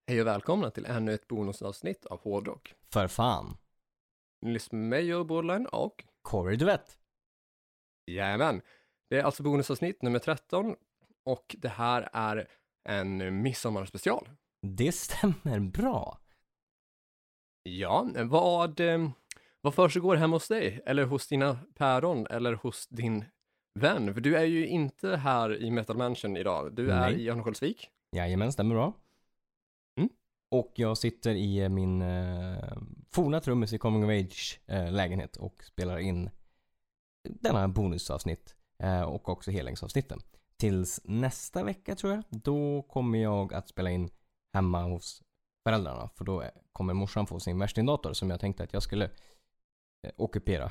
Hej och välkomna till ännu ett bonusavsnitt av Hårdrock. För fan. Ni lyssnar med mig, Joe Borderline och... Corey, du vet. Jajamän. Det är alltså bonusavsnitt nummer 13 och det här är en midsommarspecial. Det stämmer bra. Ja, vad försiggår hemma hos dig? Eller hos dina päron? Eller hos din vän? För du är ju inte här i Metal Mansion idag. Du är i Örnsköldsvik. Jajamän, stämmer bra. Och jag sitter i min forna trummis i Coming of Age lägenhet och spelar in denna bonusavsnitt och också hellängdsavsnitten. Tills nästa vecka tror jag, då kommer jag att spela in hemma hos föräldrarna. För då kommer morsan få sin värstingdator som jag tänkte att jag skulle ockupera.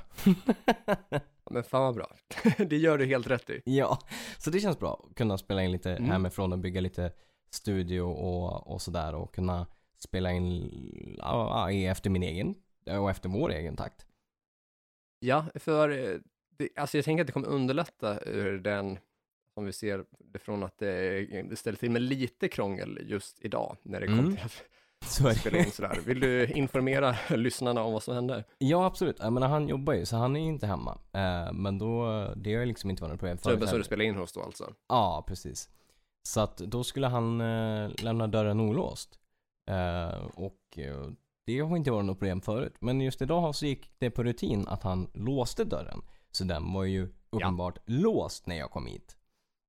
Men fan vad bra. Det gör du helt rätt i. Ja, så det känns bra att kunna spela in lite hemifrån och bygga lite studio och sådär och kunna spela in efter min egen och efter vår egen takt. Ja, för alltså jag tänker att det kommer underlätta ur den, som vi ser det från att det ställer till med lite krångel just idag när det kommer till att spela in sådär. Vill du informera lyssnarna om vad som händer? Ja, absolut. Jag menar, han jobbar ju så han är inte hemma. Men då, det har ju liksom inte varit något problem. Så du spelar in hos då alltså? Ja, precis. Så att då skulle han lämna dörren olåst. Och det har inte varit något problem förut. Men just idag så gick det på rutin att han låste dörren. Så den var ju uppenbart låst när jag kom hit.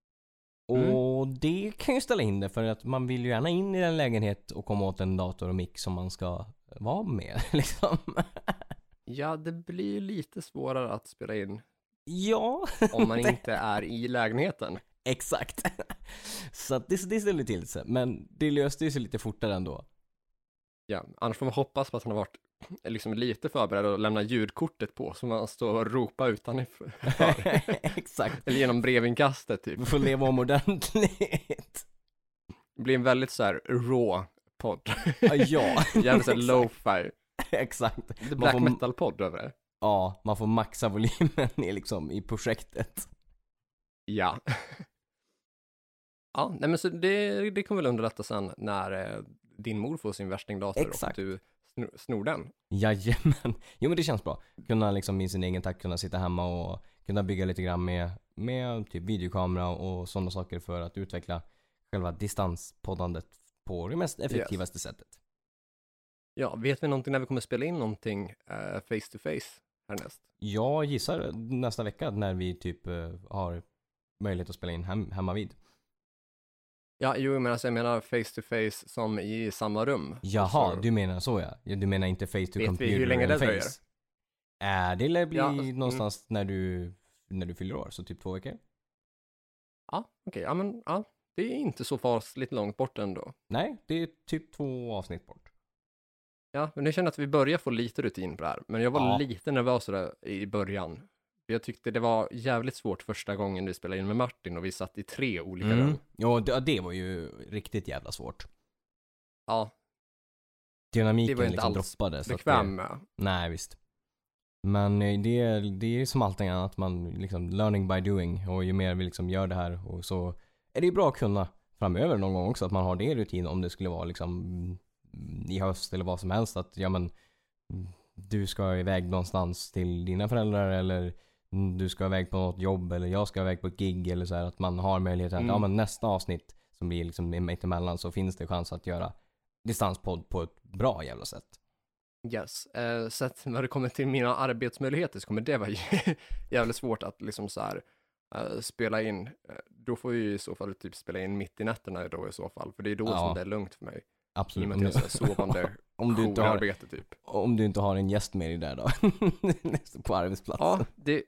Och det kan ju ställa in det för att man vill ju gärna in i en lägenhet och komma åt en dator och mick som man ska vara med liksom. Ja, det blir ju lite svårare att spela in. Ja. Om man inte är i lägenheten. Exakt. Så att det ställer till sig. Men det löste ju sig lite fortare ändå. Ja, annars får man hoppas på att han har varit liksom lite förberedd och lämna ljudkortet på så man står och ropar utanför. Exakt. Eller genom brevinkastet typ. Vi får leva om ordentligt. Det blir en väldigt så här raw podd. Ja. Jävligt så här lo-fi. Exakt. Det är black metal-podd över det. Ja, man får maxa volymen i projektet. Ja. Ja, nej men så det kommer väl underlätta sen när din mor får sin värstingdator och du snor den. Jajamän. Jo, men det känns bra. Kunna liksom i sin egen takt kunna sitta hemma och kunna bygga lite grann med typ videokamera och sådana saker för att utveckla själva distanspoddandet på det mest effektivaste sättet. Ja, vet vi någonting när vi kommer spela in någonting face to face härnäst? Jag gissar nästa vecka när vi typ har möjlighet att spela in hemma vid. Ja, jo, men alltså jag menar face to face som i samma rum. Jaha, så... du menar så ja. Du menar inte face to computer. Vet vi hur länge det dröjer? Det lär bli någonstans när du fyller år, så typ 2 veckor. Ja, okej. Ja, men ja, det är inte så fasligt långt bort ändå. Nej, det är typ 2 avsnitt bort. Ja, men jag känner att vi börjar få lite rutin på det här. Men jag var lite nervös där i början. Jag tyckte det var jävligt svårt första gången vi spelade in med Martin och vi satt i 3 olika rum. Ja, det var ju riktigt jävla svårt. Ja. Dynamiken det var inte liksom alls droppade. Bekväm med. Nej, visst. Men det är som allting annat. Man liksom learning by doing. Och ju mer vi liksom gör det här och så är det ju bra att kunna framöver någon gång också att man har det i rutin om det skulle vara liksom i höst eller vad som helst att ja men du ska iväg någonstans till dina föräldrar eller du ska iväg på något jobb eller jag ska iväg på ett gig eller så här att man har möjlighet att ja men nästa avsnitt som blir liksom mitt emellan så finns det chans att göra distanspodd på ett bra jävla sätt. Yes, så att när det kommer till mina arbetsmöjligheter så kommer det vara jävligt svårt att liksom så här spela in. Då får vi i så fall typ spela in mitt i nätterna då i så fall, för det är då som det är lugnt för mig. Absolut. I och med att jag är sovande om du inte har arbete typ. Om du inte har en gäst med dig där då på arbetsplatsen. Ja,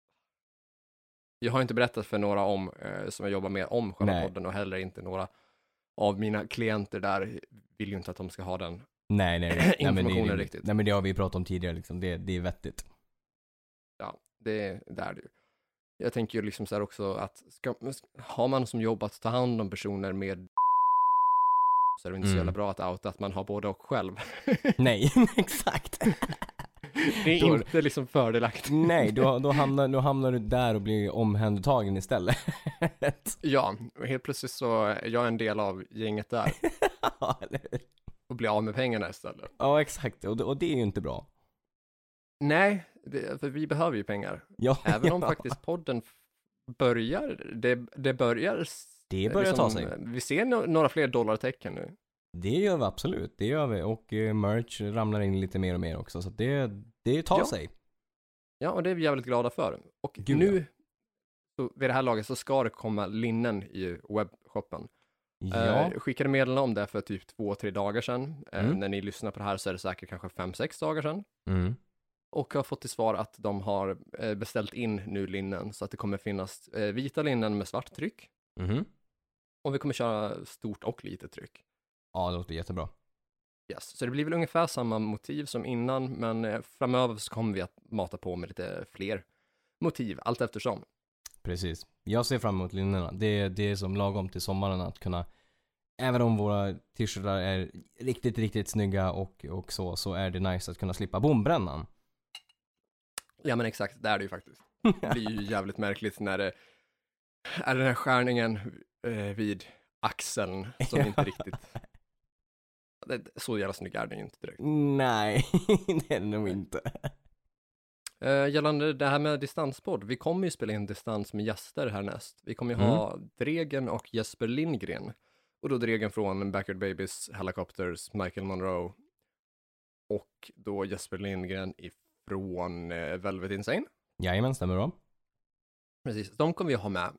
jag har inte berättat för några som jag jobbar med om själva podden och heller inte några av mina klienter där vill ju inte att de ska ha den informationen riktigt. Nej men det har vi pratat om tidigare liksom. Det är vettigt. Ja, det är det ju. Jag tänker ju liksom så här också att har man som jobb att ta hand om personer med så är det inte så jävla bra att outa att man har både och själv. Nej, exakt. Det är inte liksom fördelaktigt. Nej, då hamnar du där och blir omhändertagen istället. Ja, och helt plötsligt så är jag en del av gänget där. Ja, eller hur? och bli av med pengarna istället. Ja, exakt. Och det är ju inte bra. Nej, för vi behöver ju pengar. Ja, Även om ja. faktiskt podden börjar, det börjar... Det börjar ta sig. Vi ser några fler dollartecken nu. Det gör vi absolut, det gör vi. Och merch ramlar in lite mer och mer också. Så att det tar sig. Ja, och det är vi jävligt glada för. Och Gud, nu, så vid det här laget, så ska det komma linnen i webbshoppen. Ja, Skickade meddelande om det för typ 2-3 dagar sedan. Mm. När ni lyssnar på det här så är det säkert kanske 5-6 dagar sedan. mm. Och har fått till svar att de har beställt in nu linnen. Så att det kommer finnas vita linnen med svart tryck. Mhm. Och vi kommer köra stort och litet tryck. Ja, det låter jättebra. Yes. Så det blir väl ungefär samma motiv som innan, men framöver så kommer vi att mata på med lite fler motiv, allt eftersom. Precis. Jag ser fram emot linnena. Det är som lagom till sommaren att kunna, även om våra t-shirtar är riktigt, riktigt snygga och så är det nice att kunna slippa bombrännan. Ja, men exakt, det är det ju faktiskt. Det blir ju jävligt märkligt när det är den här skärningen vid axeln som inte riktigt... Så jävla snygg är den ju inte direkt. Nej, det är det nog inte. Gällande det här med distanspodd, vi kommer ju spela in distans med gäster härnäst. Vi kommer ju ha Dregen och Jesper Lindgren. Och då Dregen från Backyard Babies, Helicopters, Michael Monroe. Och då Jesper Lindgren ifrån Velvet Insane. Jajamän, stämmer bra. Precis, de kommer vi ha med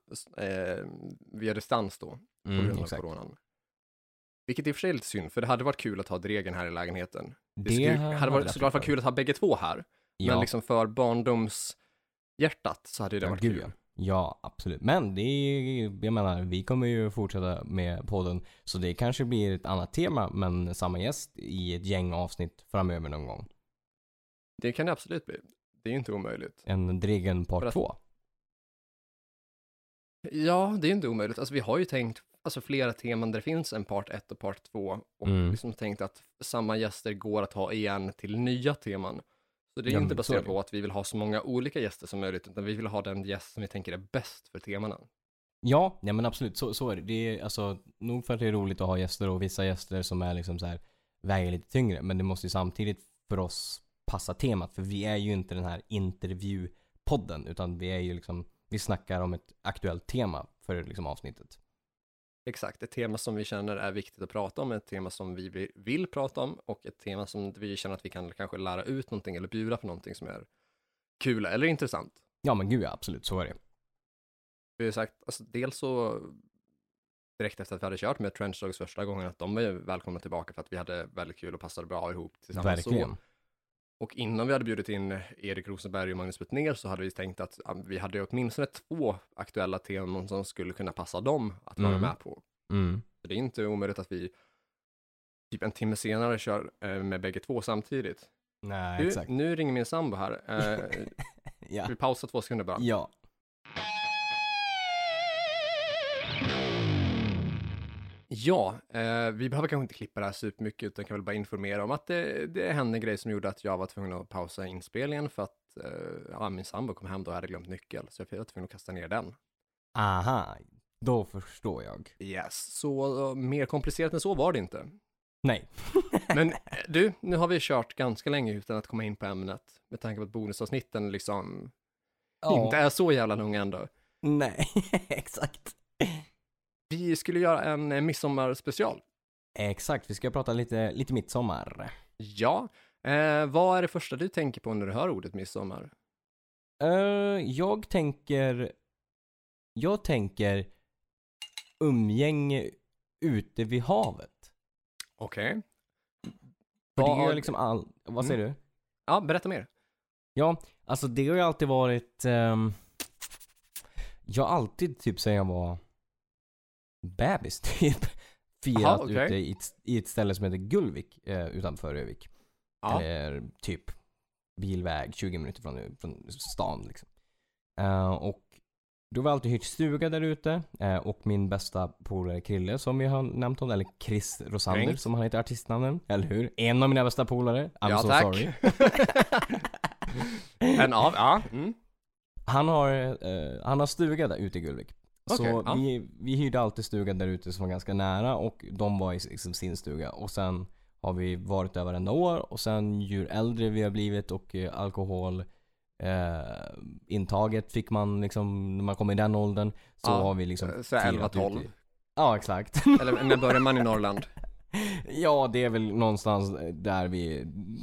via distans då, på grund av Exakt. coronan. Vilket i och för sig är lite synd, för det hade varit kul att ha Dregen här i lägenheten. Det hade varit såklart varit kul att ha bägge två här. Ja. Men liksom för barndomshjärtat så hade det varit gud, kul. ja. Ja, absolut. Men det är, jag menar, vi kommer ju fortsätta med podden. Så det kanske blir ett annat tema, men samma gäst i ett gäng avsnitt framöver någon gång. Det kan det absolut bli. Det är ju inte omöjligt. En Dregen För part att- 2. Ja, det är inte omöjligt. Alltså vi har ju tänkt flera teman där det finns en part 1 och part 2. Och liksom tänkt att samma gäster går att ha igen till nya teman. Så det är Ja, ju inte men så är baserat det. på att vi vill ha så många olika gäster som möjligt, utan vi vill ha den gäst som vi tänker är bäst för temana. Ja, men absolut. Så är det. Det är alltså nog för att det är roligt att ha gäster och vissa gäster som är liksom så här väger lite tyngre. Men det måste ju samtidigt för oss passa temat. För vi är ju inte den här intervjupodden, utan vi är ju liksom, vi snackar om ett aktuellt tema för liksom avsnittet. Exakt, ett tema som vi känner är viktigt att prata om, ett tema som vi vill prata om och ett tema som vi känner att vi kan kanske lära ut någonting eller bjuda på någonting som är kul eller intressant. Ja, men gud ja, absolut, så är det. Vi har sagt, alltså, dels så direkt efter att vi hade kört med Trench Dogs första gången att de var ju välkomna tillbaka för att vi hade väldigt kul och passade bra ihop tillsammans. Verkligen. Så. Och innan vi hade bjudit in Erik Rosenberg och Magnus Bettner så hade vi tänkt att vi hade åtminstone 2 aktuella teman som skulle kunna passa dem att vara med på. Så det är inte omöjligt att vi typ en timme senare kör med bägge två samtidigt. Nej, exakt. Nu ringer min sambo här. Ja. Vi pausar 2 sekunder bara. Ja. Ja, vi behöver kanske inte klippa det här supermycket utan kan väl bara informera om att det hände en grej som gjorde att jag var tvungen att pausa inspelningen för att min sambo kom hem då och hade glömt nyckel. Så jag var tvungen att kasta ner den. Aha, då förstår jag. Yes, så mer komplicerat än så var det inte. Nej. Men du, nu har vi kört ganska länge utan att komma in på ämnet. Med tanke på att bonusavsnitten liksom inte är så jävla långa ändå. Nej, exakt. Vi skulle göra en midsommarspecial. Exakt, vi ska prata lite midsommar. Ja, vad är det första du tänker på när du hör ordet midsommar? Jag tänker umgänge ute vid havet. Okej. För det är ju liksom vad säger du? Ja, berätta mer. Ja, alltså det har ju alltid varit jag har alltid typ sen jag var bebis typ firat ute i ett ställe som heter Gullvik utanför Övik. Ja. Eller typ bilväg 20 minuter från stan liksom. Och då var alltid hyrt stuga där ute och min bästa polare Krille som vi har nämnt honom, eller Chris Rosander som han heter artistnamnen, eller hur? En av mina bästa polare. I'm so tack. sorry. En av, ja. Mm. Han har stuga där ute i Gullvik. Så ja. vi hyrde alltid stuga där ute som var ganska nära och de var i liksom sin stuga. Och sen har vi varit där varenda år och sen ju äldre vi har blivit och alkohol intaget fick man liksom när man kom i den åldern så har vi liksom så 11-12. Ja, exakt. Eller när börjar man i Norrland? Ja, det är väl någonstans där vi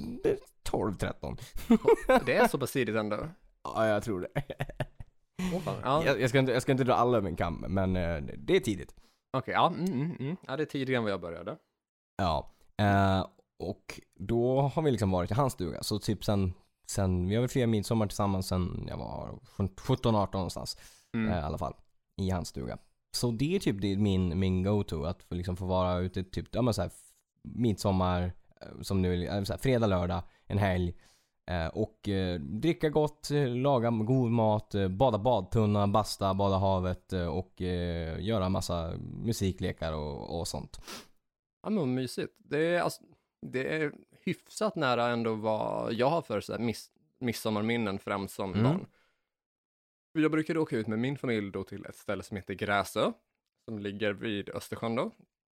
12-13. Det är så pass tidigt ändå. Ja, jag tror det. Ja. Jag ska inte dra alla över en kam, men det är tidigt. Okej, ja. Ja, det är tidigare än vad jag började. Ja. Och då har vi liksom varit i hans stuga. Så typ sen vi har väl firat midsommar tillsammans sen jag var 17-18 någonstans. I alla fall. I hans stuga. Så det är typ min go-to. Att liksom få vara ute typ, ja men så här, midsommar, som nu så här, fredag, lördag, en helg. Och dricka gott, laga god mat, bada badtunna, basta, bada havet och göra massa musiklekar och sånt. Ja, men mysigt. Det är hyfsat nära ändå vad jag har för så här midsommarminnen främst som barn. Jag brukade åka ut med min familj då till ett ställe som heter Gräsö, som ligger vid Östersjön då.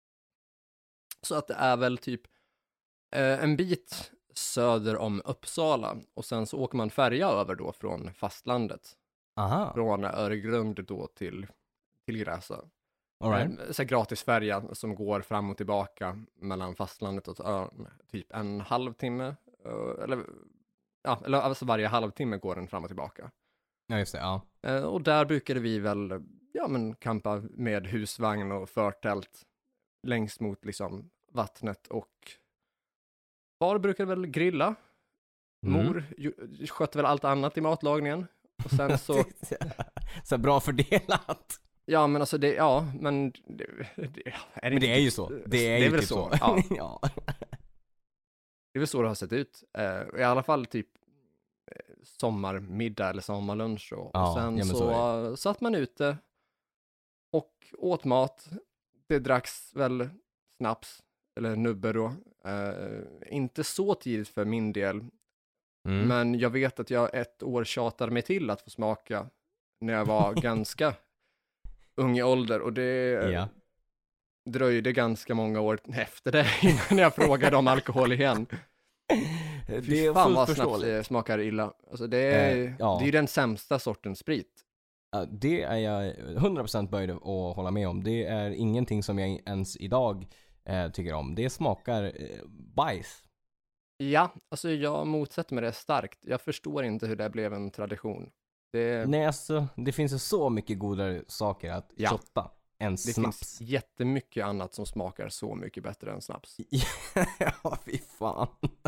Så att det är väl typ en bit söder om Uppsala och sen så åker man färja över då från fastlandet. Aha. Från Öregrund då till Gräsö. All right. Så här gratis färja som går fram och tillbaka mellan fastlandet och ön. Typ en halvtimme. Eller alltså varje halvtimme går den fram och tillbaka. Ja, just det, ja. Och där brukade vi väl, campa med husvagn och förtält längs mot liksom vattnet och far brukade väl grilla. Mor skötte väl allt annat i matlagningen. Och sen så... så bra fördelat. Ja, men alltså det, men det är ju så. Det är väl typ så. Ja. Ja. Det är väl så det har sett ut. I alla fall typ sommarmiddag eller sommarlunch. Och sen så satt man ute och åt mat. Det dracks väl snaps eller nubbe då. Inte så tidigt för min del. Men jag vet att jag ett år tjatade mig till att få smaka när jag var ganska ung i ålder. Och det dröjde ganska många år efter det innan jag frågade om alkohol igen. Det är fan vad snaps smakar illa. Alltså det är ju den sämsta sortens sprit. Det är jag 100% böjd att hålla med om. Det är ingenting som jag ens idag tycker om. Det smakar bajs. Ja, alltså jag motsätter mig det starkt. Jag förstår inte hur det blev en tradition. Nej, alltså det finns ju så mycket godare saker att shotta än snaps. Det finns jättemycket annat som smakar så mycket bättre än snaps. Ja, fy fan.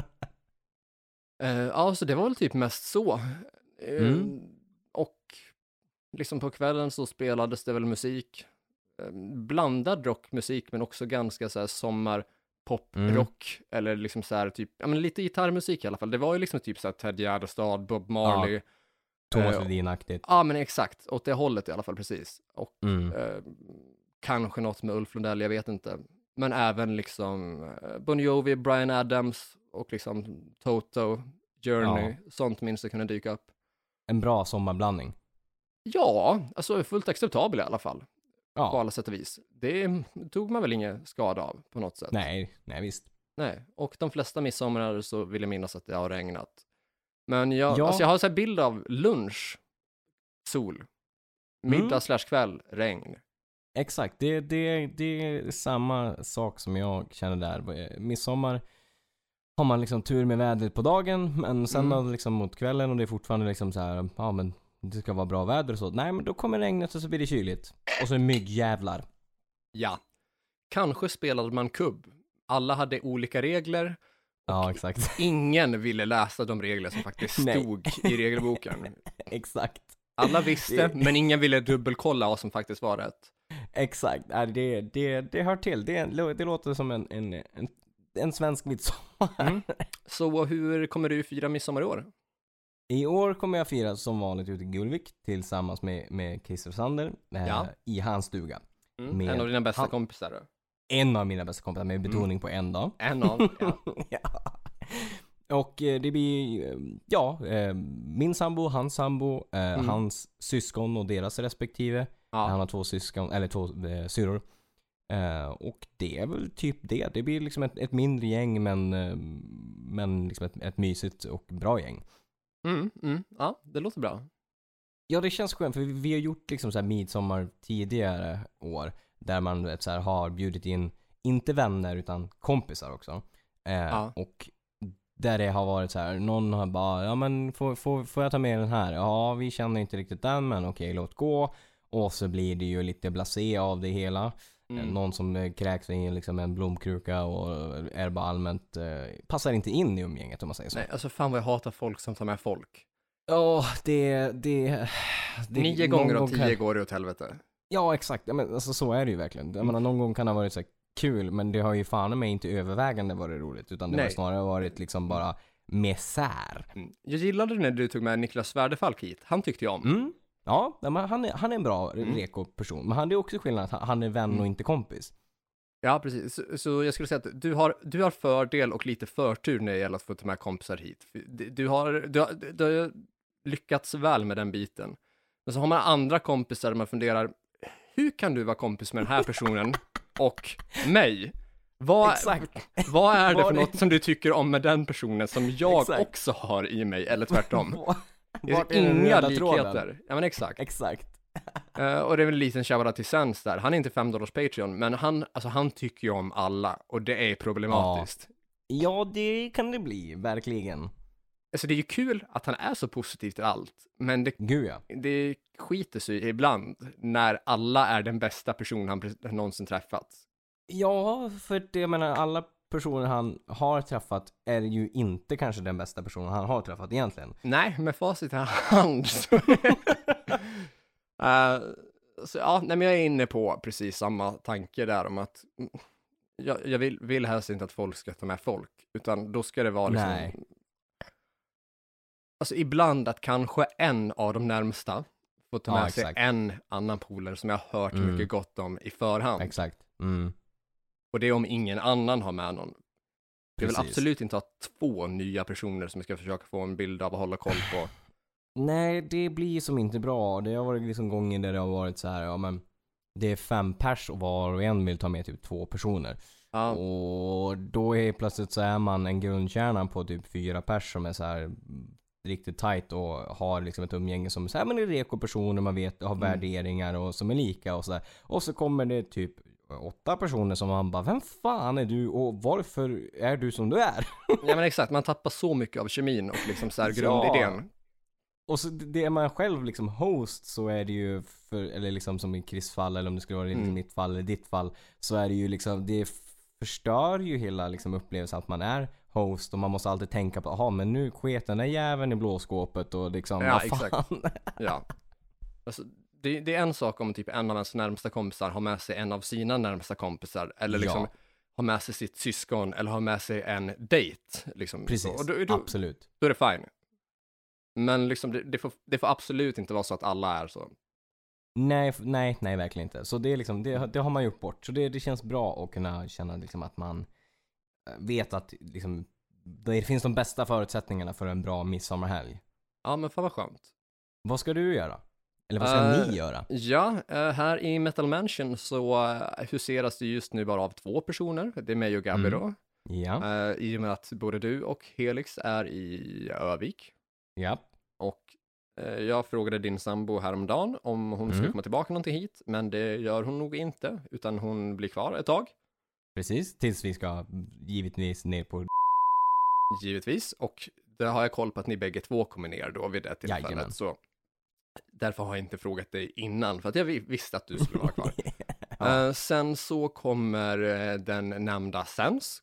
Så det var väl typ mest så. Och liksom på kvällen så spelades det väl musik. Blandad rockmusik men också ganska så här sommar poprock eller liksom så här typ, men lite gitarrmusik i alla fall. Det var ju liksom typ så här Ted Gärdestad, Bob Marley. Thomas Ledin-aktigt. Ja, men exakt. Åt det hållet i alla fall, precis. Och kanske något med Ulf Lundell, jag vet inte. Men även liksom Bon Jovi, Bryan Adams och liksom Toto, Journey, sånt minst det kunde dyka upp. En bra sommarblandning. Ja, alltså fullt acceptabel i alla fall. På alla sätt och vis. Det tog man väl ingen skada av på något sätt. Nej, visst. Nej, och de flesta midsommar så vill jag minnas att det har regnat. Men jag har så här bild av lunch, sol, middag / kväll, regn. Exakt, det är samma sak som jag känner där. Midsommar har man liksom tur med vädret på dagen, men sen då liksom mot kvällen och det är fortfarande liksom så här, men det ska vara bra väder och så. Nej, men då kommer regnet och så blir det kyligt. Och så är myggjävlar. Ja. Kanske spelade man kubb. Alla hade olika regler. Ja, exakt. Ingen ville läsa de regler som faktiskt stod i regelboken. Exakt. Alla visste, men ingen ville dubbelkolla vad som faktiskt var rätt. Exakt. Det hör till. Det låter som en svensk midsommar. Så hur kommer du fira midsommar i år? I år kommer jag fira som vanligt ute i Gullvik tillsammans med Christer Sander i hans stuga. En av dina bästa kompisar då? En av mina bästa kompisar med betoning på en dag. En av, Och det blir, min sambo, hans sambo, hans syskon och deras respektive. Ja. Han har 2 syskon, eller 2 syrror. Och det är väl typ det. Det blir liksom ett mindre gäng, men liksom ett mysigt och bra gäng. Ja, det låter bra. Ja, det känns skönt, för vi har gjort liksom så här midsommar tidigare år där man så här har bjudit in, inte vänner utan kompisar också. Och där det har varit så här, någon har bara, ja men får jag ta med den här? Ja, vi känner inte riktigt den, men okej, låt gå. Och så blir det ju lite blasé av det hela. Någon som kräks in liksom en blomkruka och är bara allmänt passar inte in i umgänget, om man säger så. Nej, alltså fan vad jag hatar folk som tar med folk. Ja, det 9 gånger av 10 går det åt helvete. Ja, exakt. Ja, men alltså så är det ju verkligen. Jag menar, någon gång kan det ha varit så här kul, men det har ju fan med inte övervägande varit roligt, utan det har snarare varit liksom bara misär. Jag gillade när du tog med Niklas Svärdefalk hit. Han tyckte jag om. Ja, men han är en bra reko-person. Men han är också skillnad att han är vän och inte kompis. Ja, precis. Så jag skulle säga att du har fördel och lite förtur när det gäller att få ta med kompisar hit. Du har lyckats väl med den biten. Men så har man andra kompisar där man funderar, hur kan du vara kompis med den här personen och mig? Vad är det för något som du tycker om med den personen som jag också har i mig, eller tvärtom? Det är inga likheter. Ja, men exakt. Och det är väl en liten shoutout till Sens där. Han är inte $5 Patreon, men han tycker ju om alla, och det är problematiskt. Ja, det kan det bli, verkligen. Alltså det är ju kul att han är så positiv till allt, men det skiter sig ibland när alla är den bästa personen han någonsin träffat. Ja, för det, jag menar, alla personer han har träffat är ju inte kanske den bästa personen han har träffat egentligen. Nej, med facit i hand. Så ja, men jag är inne på precis samma tanke där om att jag vill helst inte att folk ska ta med folk, utan då ska det vara liksom... Nej. Alltså ibland att kanske en av de närmsta får ta med sig en annan polare som jag har hört mycket gott om i förhand. Exakt. Och det är om ingen annan har med någon. Jag vill absolut inte ha 2 nya personer som jag ska försöka få en bild av och hålla koll på. Nej, det blir som inte bra. Det har varit liksom gånger där det har varit så här, ja men det är 5 pers och var och en vill ta med typ 2 personer. Ja. Och då är plötsligt så är man en grundkärna på typ 4 pers som är så här riktigt tight och har liksom ett umgänge som så här, men det är reko-personer, man vet, har värderingar och som är lika och så där. Och så kommer det typ 8 personer som man bara, vem fan är du och varför är du som du är? Ja, men exakt, man tappar så mycket av kemin och liksom så här grundidén. Och så det är man själv liksom host, så är det ju eller liksom som i Chris fall, eller om det skulle vara i mitt fall eller ditt fall, så är det ju liksom, det förstör ju hela liksom upplevelsen att man är host, och man måste alltid tänka på, aha, men nu sket den där jäveln i blåskåpet och liksom, ja, exakt. Ja. Alltså, det är en sak om typ en av ens närmsta kompisar har med sig en av sina närmsta kompisar, eller liksom har med sig sitt syskon, eller har med sig en date liksom. Precis, och då, absolut. Då är det fine. Men liksom det får absolut inte vara så att alla är så. Nej, verkligen inte. Så det är liksom, det har man gjort bort. Så det känns bra att kunna känna liksom att man vet att liksom, det finns de bästa förutsättningarna för en bra midsommarhelg. Ja, men fan vad skönt. Vad ska du göra? Eller vad ska ni göra? Ja, här i Metal Mansion så huseras det just nu bara av 2 personer. Det är mig och Gabby då. Ja. I och med att både du och Helix är i Övik. Ja. Och jag frågade din sambo häromdagen om hon skulle komma tillbaka någonting hit, men det gör hon nog inte, utan hon blir kvar ett tag. Precis, tills vi ska givetvis ner på... Givetvis, och det har jag koll på att ni bägge 2 kommer ner då vid det tillfället. Jajamän. Så därför har jag inte frågat dig innan, för att jag visste att du skulle vara kvar. Sen så kommer den nämnda Sens.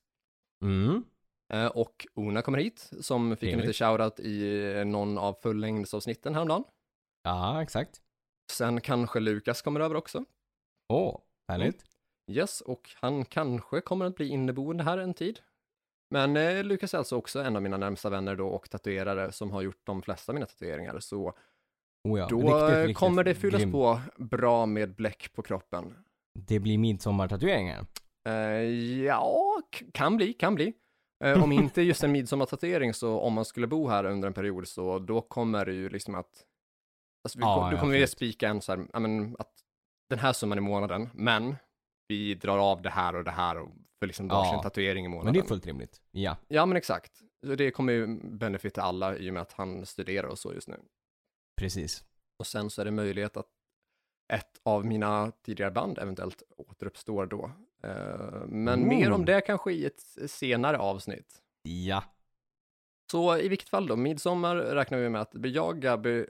Och Ona kommer hit, som fick en liten shoutout i någon av fullängdsavsnitten häromdagen. Ja, exakt. Sen kanske Lukas kommer över också. Härligt. Yes, och han kanske kommer att bli inneboende här en tid. Men Lukas är alltså också en av mina närmsta vänner då, och tatuerare som har gjort de flesta av mina tatueringar. Så då riktigt kommer det fyllas på bra med bläck på kroppen. Det blir midsommartatueringar? Ja, kan bli. Om inte just en midsommartatuering, så om man skulle bo här under en period, så då kommer det ju liksom att, alltså då kommer vi spika en så här, ja, men, att den här summan i månaden, men vi drar av det här och för liksom varsin tatuering i månaden. Men det är fullt rimligt. Ja. Ja, men exakt. Så det kommer ju benefita alla i och med att han studerar och så just nu. Precis. Och sen så är det möjlighet att ett av mina tidigare band eventuellt återuppstår då. Men mer om det kanske i ett senare avsnitt. Ja. Så i vilket fall då, midsommar räknar vi med att det blir jag, Gabby,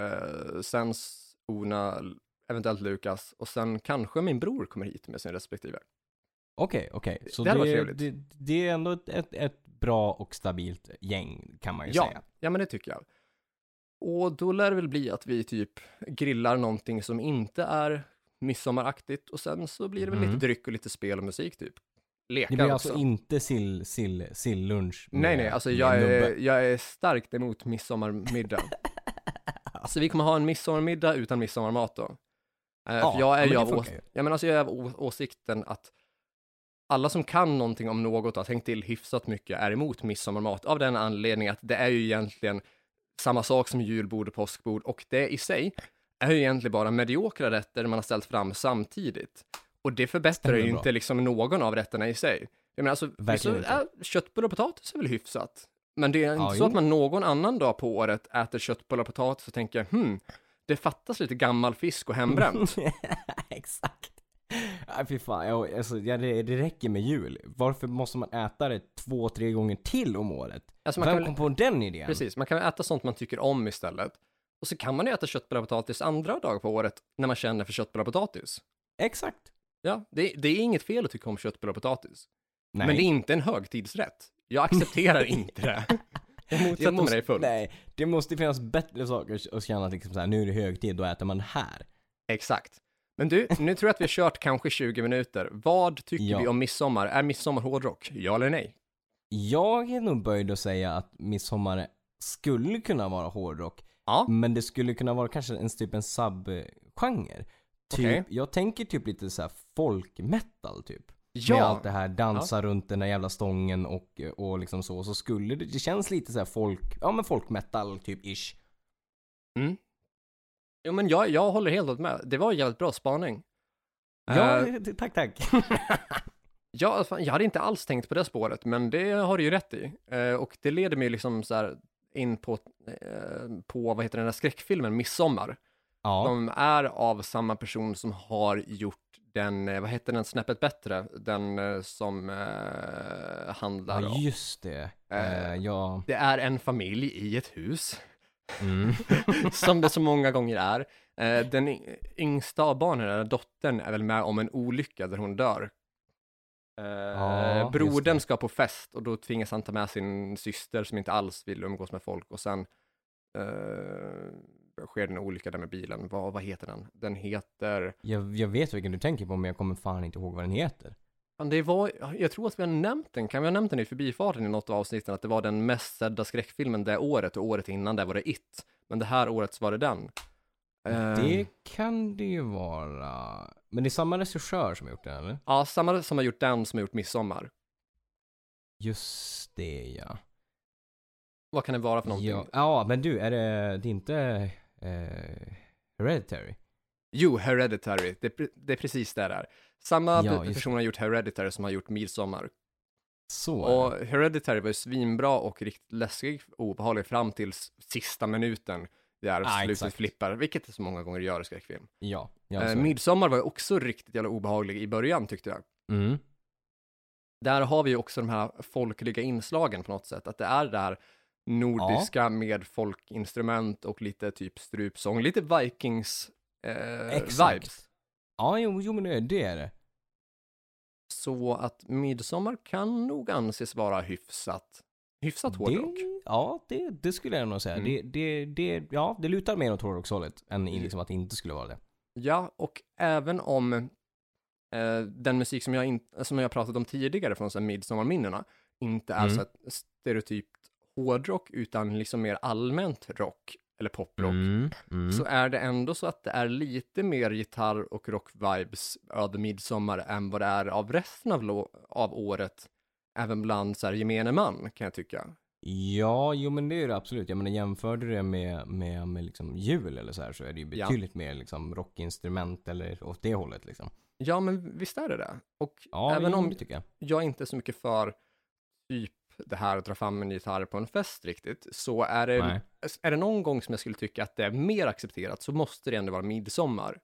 sen Ona, eventuellt Lukas, och sen kanske min bror kommer hit med sin respektive. Okej. Så det var trevligt. Det är ändå ett bra och stabilt gäng, kan man ju säga. Ja, men det tycker jag. Och då lär det väl bli att vi typ grillar någonting som inte är midsommaraktigt, och sen så blir det väl lite dryck och lite spel och musik typ. Lekar det blir också. alltså inte sillunch. Nej, alltså jag är starkt emot midsommarmiddag. Alltså vi kommer ha en midsommarmiddag utan midsommarmat då. För jag är ju av åsikten att alla som kan någonting om något och har tänkt till hyfsat mycket är emot midsommarmat, av den anledningen att det är ju egentligen samma sak som julbord och påskbord, och det i sig är ju egentligen bara mediokra rätter man har ställt fram samtidigt. Och det förbättrar ju inte liksom någon av rätterna i sig. Jag menar alltså, köttbullar och potatis är väl hyfsat. Men det är inte så att man någon annan dag på året äter köttbullar och potatis och tänker, det fattas lite gammal fisk och hembränt. Exakt. Fy fan, det räcker med jul. Varför måste man äta det 2-3 gånger till om året? Alltså vem kom på den idén? Precis, man kan äta sånt man tycker om istället. Och så kan man ju äta köttbullar och potatis andra dagar på året när man känner för köttbullar och potatis. Exakt. Ja, det är inget fel att tycka om köttbullar och potatis. Nej. Men det är inte en högtidsrätt. Jag accepterar inte det. Jag motsätter mig det fullt. Nej, det måste finnas bättre saker att känna liksom så här, nu är det högtid, då äter man det här. Exakt. Men du, nu tror jag att vi har kört kanske 20 minuter. Vad tycker vi om midsommar? Är midsommar hårdrock? Ja eller nej? Jag är nog böjd att säga att midsommar skulle kunna vara hårdrock. Ja. Men det skulle kunna vara kanske en subgenre. Typ, jag tänker typ lite så här folk-metal typ. Ja. Med allt det här, dansa runt den där jävla stången och liksom så skulle det känns lite så här folk-metal typ-ish. Mm. Jo, men jag håller helt med. Det var en jävligt bra spaning. Ja, tack. Ja, jag hade inte alls tänkt på det spåret, men det har du ju rätt i. Och det leder mig liksom så här in på vad heter den där skräckfilmen Midsommar. Ja. Som är av samma person som har gjort den, vad heter den, Snäppet bättre? Den som handlar om... Ja, just det. Det är en familj i ett hus. Som det så många gånger är. Den yngsta av barnen, dottern, är väl med om en olycka där hon dör. Brodern ska på fest och då tvingas han ta med sin syster som inte alls vill umgås med folk, och sen sker en olycka där med bilen. Vad heter den? Den heter... Jag vet vilken du tänker på, men jag kommer fan inte ihåg vad den heter. Jag tror att vi har nämnt den. Kan vi ha nämnt den i förbifarten i något av avsnitten, att det var den mest sedda skräckfilmen det året, och året innan det var det It. Men det här året så var det den. Det kan det ju vara. Men det är samma regissör som har gjort den, eller? Ja, samma som har gjort den som har gjort Midsommar. Just det, ja. Vad kan det vara för någonting? Ja, men du, det är inte Hereditary? Jo, Hereditary. Det är precis det där. Samma person har gjort Hereditary som har gjort Midsommar. Så. Och Hereditary var ju svinbra och riktigt läskig och obehaglig fram till sista minuten. Där slutet flippar, vilket det så många gånger gör i skräckfilm. Ja. Midsommar var ju också riktigt jävla obehaglig i början, tyckte jag. Mm. Där har vi ju också de här folkliga inslagen på något sätt. Att det är det här nordiska med folkinstrument och lite typ strupsång. Lite Vikings vibes. Ja, jo men det är det. Så att midsommar kan nog anses vara hyfsat hårdrock. Det skulle jag nog säga. Det lutar mer åt hårdrockshållet än liksom att det inte skulle vara det. Ja, och även om den musik som jag pratat om tidigare från så här midsommarminnena inte är så ett stereotypt hårdrock utan liksom mer allmänt rock eller poprock, så är det ändå så att det är lite mer gitarr och rock-vibes över midsommar än vad det är av resten av året även bland så här gemene man, kan jag tycka. Ja, jo men det är det absolut. Jag menar, jämför du det med liksom jul eller så här, så är det ju betydligt mer liksom rockinstrument eller åt det hållet liksom. Ja, men visst är det. Och Ja, även om det tycker jag. jag inte är så mycket för typ det här att dra fram en gitarr på en fest riktigt, så är det någon gång som jag skulle tycka att det är mer accepterat, så måste det ändå vara midsommar.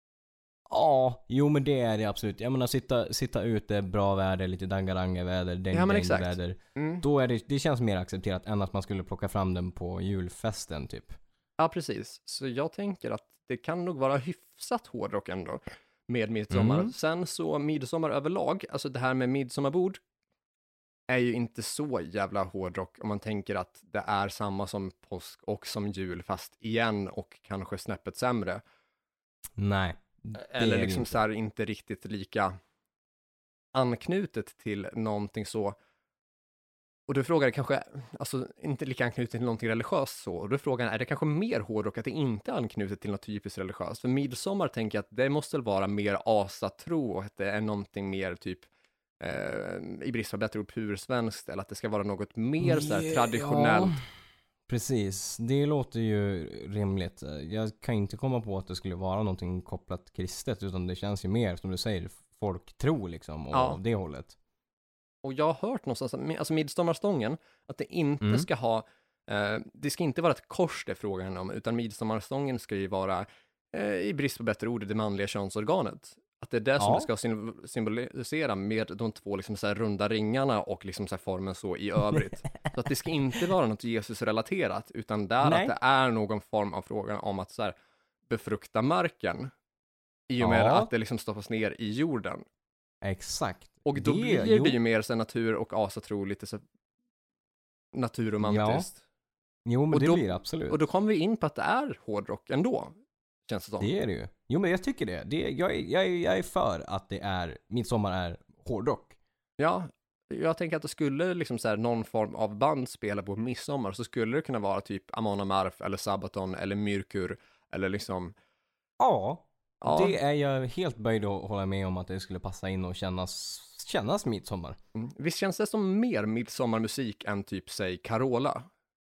Ja, jo men det är det absolut. Jag menar, sitta ute, bra väder, lite dangaranga-väder, Ja, men exakt. väder. Då är det känns mer accepterat än att man skulle plocka fram den på julfesten typ. Ja, precis. Så jag tänker att det kan nog vara hyfsat hårdrock ändå med midsommar. Sen så midsommar överlag, alltså det här med midsommarbord är ju inte så jävla hårdrock om man tänker att det är samma som påsk och som jul, fast igen och kanske snäppet sämre. Nej. Eller liksom så här inte riktigt lika anknutet till någonting så. Och då frågar jag kanske, alltså inte lika anknutet till någonting religiöst så. Och då frågar jag, är det kanske mer hårdrock att det inte är anknutet till något typiskt religiöst? För midsommar tänker jag att det måste vara mer asatro och att det är någonting mer typ i brist på bättre ord pursvenskt, eller att det ska vara något mer så här traditionellt. Ja, precis, det låter ju rimligt. Jag kan inte komma på att det skulle vara någonting kopplat kristet, utan det känns ju mer, som du säger, folktro liksom, och det hållet. Och jag har hört någonstans, alltså midsommarstången, att det inte ska ha, det ska inte vara ett kors det är frågan om, utan midsommarstången ska ju vara, i brist på bättre ord, det manliga könsorganet. Att det är det som det ska symbolisera med de två liksom så här runda ringarna och liksom så här formen så i övrigt. Så att det ska inte vara något Jesus-relaterat, utan där att det är någon form av fråga om att så här befrukta marken i och med att det liksom stoppas ner i jorden. Exakt. Och då blir det ju mer så natur och asatro, lite så naturromantiskt. Ja. Jo, men och det blir det absolut. Och då kommer vi in på att det är hårdrock ändå, känns det som. Det är det ju. Jo, men jag tycker det. Jag är för att det är, midsommar är hårdrock. Ja, jag tänker att det skulle liksom så här, någon form av band spela på midsommar, så skulle det kunna vara typ Amon Amarth eller Sabaton eller Myrkur eller liksom. Ja. Det är jag helt böjd att hålla med om, att det skulle passa in och kännas midsommar. Visst känns det som mer midsommarmusik än typ, säg, Carola?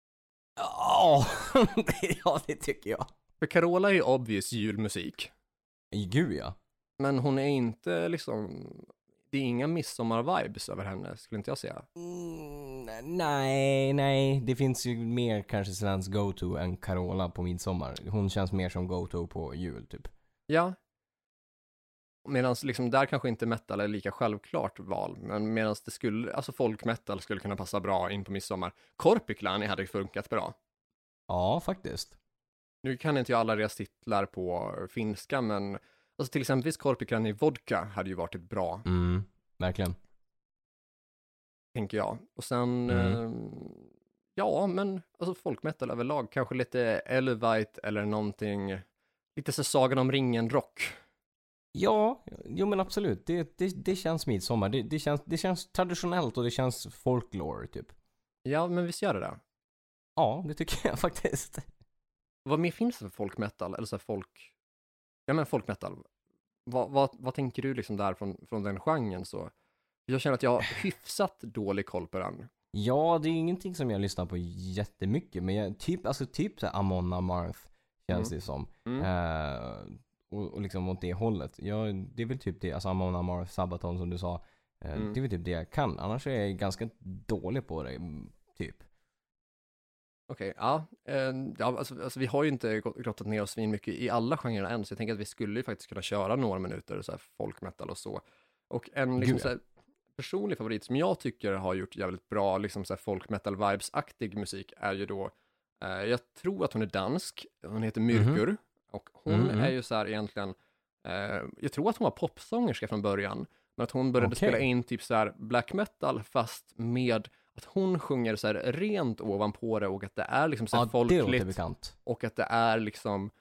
Ja, ja, det tycker jag. För Carola är ju obvious julmusik. Gud ja. Men hon är inte liksom, det är inga midsommar-vibes över henne, skulle inte jag säga. Nej. Det finns ju mer kanske svensk go-to än Carola på midsommar. Hon känns mer som go-to på jul typ. Ja. Medan liksom där kanske inte metal är lika självklart val. Men medan det skulle, alltså folkmetal skulle kunna passa bra in på midsommar. Korpiklani hade funkat bra. Ja, faktiskt. Nu kan inte jag alla deras titlar på finska, men alltså till exempel Korpiklani Vodka hade ju varit ett bra. Verkligen. Tänker jag. Och sen, ja, men alltså folkmetal överlag. Kanske lite Elevite eller någonting. Lite så Sagan om ringen-rock. Ja, jo men absolut. Det känns midsommar. Det känns traditionellt och det känns folklore typ. Ja, men visst gör det. Ja, det tycker jag faktiskt. Vad mer finns det för folkmetal? Eller så här folkmetal. Vad tänker du liksom där från den genren så? Jag känner att jag har hyfsat dålig koll på den. Ja, det är ingenting som jag lyssnar på jättemycket, men jag, typ så här Amon Amarth känns det som. Och liksom åt det hållet. Det är väl typ det, alltså Amon Amarth, Sabaton som du sa. Det är väl typ det jag kan. Annars är jag ganska dålig på det, typ. Okej, ja. Alltså vi har ju inte grottat ner oss mycket i alla genrer än, så jag tänker att vi skulle ju faktiskt kunna köra några minuter så här folkmetal och så. Och en liksom så här personlig favorit som jag tycker har gjort jävligt bra liksom så här folkmetal-vibes-aktig musik är ju då, jag tror att hon är dansk, hon heter Myrkur, och hon är ju så här egentligen, jag tror att hon var popsångerska från början, men att hon började spela in typ så här black metal, fast med att hon sjunger så här rent ovanpå det, och att det är liksom så här folkligt, och att det är liksom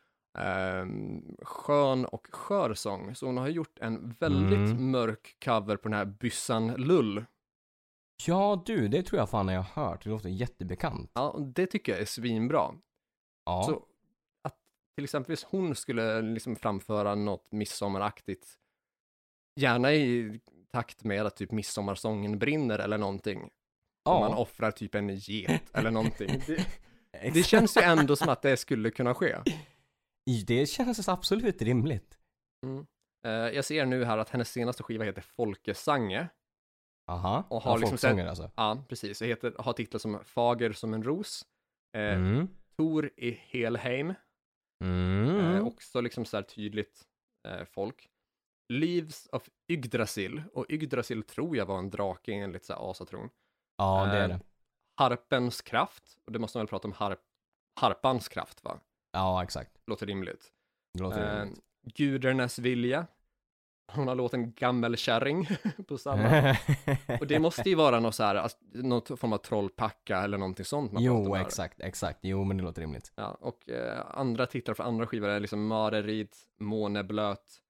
skön och skör sång. Så hon har gjort en väldigt mörk cover på den här Byssan Lull. Ja du, det tror jag fan jag har hört. Det låter jättebekant. Ja, det tycker jag är svinbra. Ja. Så att till exempel hon skulle liksom framföra något midsommaraktigt, gärna i takt med att typ midsommarsången brinner eller någonting. Och man offrar typ en get eller någonting. Det känns ju ändå som att det skulle kunna ske. Det känns absolut rimligt. Jag ser nu här att hennes senaste skiva heter Folkesange. Aha, och har liksom folksånger alltså. Ja, precis. Det har titlar som Fager som en ros. Tor i Helheim. Också liksom så här tydligt folk. Leaves of Yggdrasil. Och Yggdrasil tror jag var en drake enligt så här asatron. Ja, det är det. Harpens kraft. Och det måste man väl prata om harpans kraft, va? Ja, exakt. Låter rimligt. Det låter rimligt. Gudernas vilja. Hon har låten Gammelkärring på samma. Och det måste ju vara något så här, alltså, någon form av trollpacka eller någonting sånt man pratar om här. Exakt. Jo, men det låter rimligt. Ja, och andra titlar från andra skivor är liksom Marerid, Måneblöt,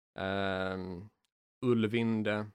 Ullvinde,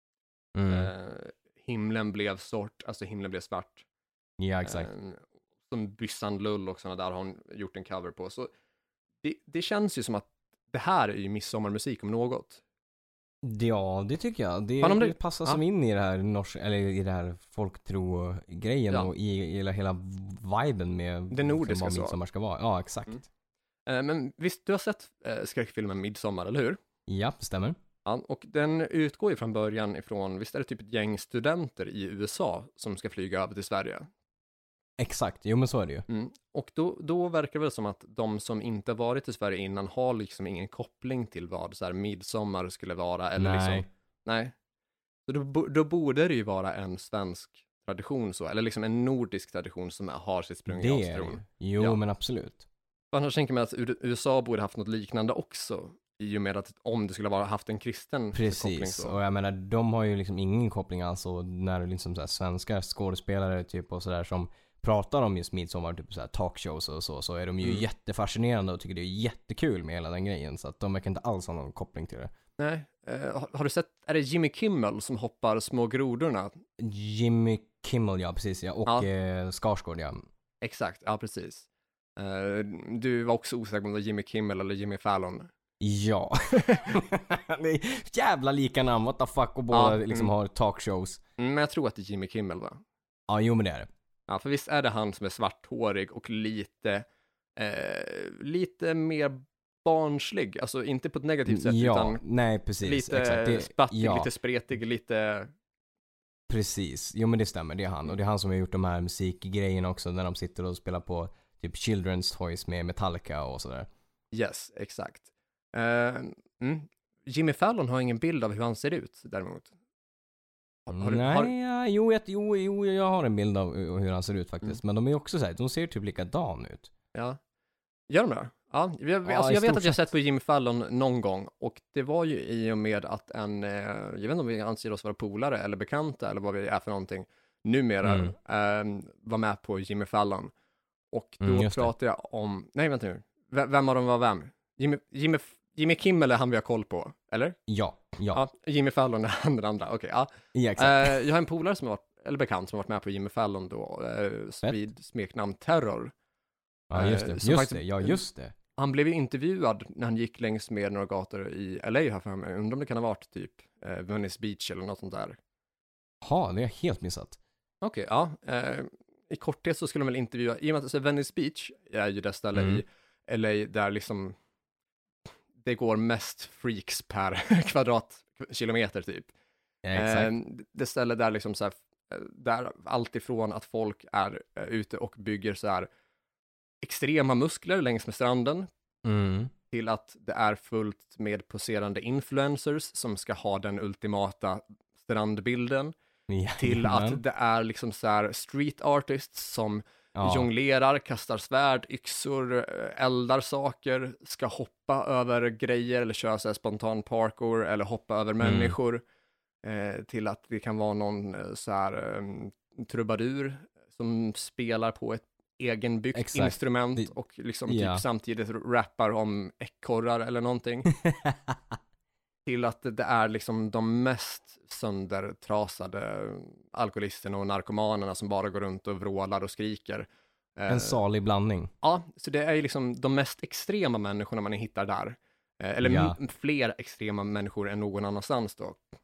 Himlen blev sort, alltså himlen blev svart. Ja, exakt. Som Byssan Lull och sådana där har hon gjort en cover på. Så det känns ju som att det här är ju midsommarmusik om något. Ja, det tycker jag. Det passar som in i det här eller i det här folktro-grejen och i hela viben med det nordiska vad midsommar ska vara. Ja, exakt. Men visst, du har sett skräckfilmen Midsommar, eller hur? Ja, det stämmer. Ja, och den utgår ju från början ifrån, visst är det typ ett gäng studenter i USA som ska flyga över till Sverige? Exakt, jo men så är det ju. Och då verkar det väl som att de som inte varit i Sverige innan har liksom ingen koppling till vad så här midsommar skulle vara. Eller nej. Så då borde det ju vara en svensk tradition så, eller liksom en nordisk tradition som har sitt sprung i Australien. Jo, men absolut. Annars tänker man att USA borde haft något liknande också. I och med att om det skulle ha haft en kristen koppling så. Precis, och jag menar de har ju liksom ingen koppling alls, och när liksom så här svenska skådespelare typ och sådär som pratar om just midsommar, typ så här talkshows och så är de ju jättefascinerande och tycker det är jättekul med hela den grejen, så att de verkar inte alls ha någon koppling till det. Nej, har du sett, är det Jimmy Kimmel som hoppar små grodorna? Jimmy Kimmel, ja precis, ja, och Skarsgård, ja. Exakt, ja precis. Du var också osäker om det var Jimmy Kimmel eller Jimmy Fallon. Ja. Det är jävla lika namn, what the fuck, och båda liksom har talkshows. Men jag tror att det är Jimmy Kimmel, va? Ja, jo men det är det. Ja, för visst är det han som är svarthårig och lite mer barnslig, alltså inte på ett negativt sätt, utan nej, precis, lite exakt. spattig, lite spretig, lite... Precis, jo men det stämmer, det är han. Och det är han som har gjort de här musikgrejerna också, när de sitter och spelar på typ Children's Toys med Metallica och sådär. Yes, exakt. Jimmy Fallon har ingen bild av hur han ser ut däremot. Jo, jag har en bild av hur han ser ut faktiskt. Men de är också så här, de ser typ likadan ut. Ja. Gör de det? Ja, jag vet att jag sett på Jimmy Fallon någon gång, och det var ju i och med att jag vet inte om vi anser oss vara polare eller bekanta eller vad vi är för någonting, numera var med på Jimmy Fallon. Och då pratade jag om, nej vänta nu, vem av dem var vem? Jimmy Kimmel är han vi har koll på, eller? Ja. Jimmy Fallon är han den andra, okej. Ja, exakt. Jag har en polare som eller bekant som har varit med på Jimmy Fallon då, vid smeknamn Terror. Ja, just det. Han blev ju intervjuad när han gick längs med några gator i LA här för mig. Undrar om det kan ha varit typ Venice Beach eller något sånt där. Ja, det är helt missat. Okej, ja. I korthet så skulle de väl intervjua, i och med att Venice Beach är ju det ställe i LA där liksom det går mest freaks per kvadratkilometer typ. Ja, exakt. Det ställe där liksom så här, där allt ifrån att folk är ute och bygger så här extrema muskler längs med stranden till att det är fullt med poserande influencers som ska ha den ultimata strandbilden. Till att det är liksom så här street artists som jonglerar, kastar svärd, yxor, eldar saker, ska hoppa över grejer eller köra så här spontan parkour eller hoppa över människor, till att det kan vara någon så här trubadur som spelar på ett egenbyggt instrument och liksom typ samtidigt rappar om ekorrar eller någonting. Till att det är liksom de mest söndertrasade alkoholisterna och narkomanerna som bara går runt och vrålar och skriker. En salig blandning. Ja, så det är ju liksom de mest extrema människorna man hittar där. Eller fler extrema människor än någon annanstans då.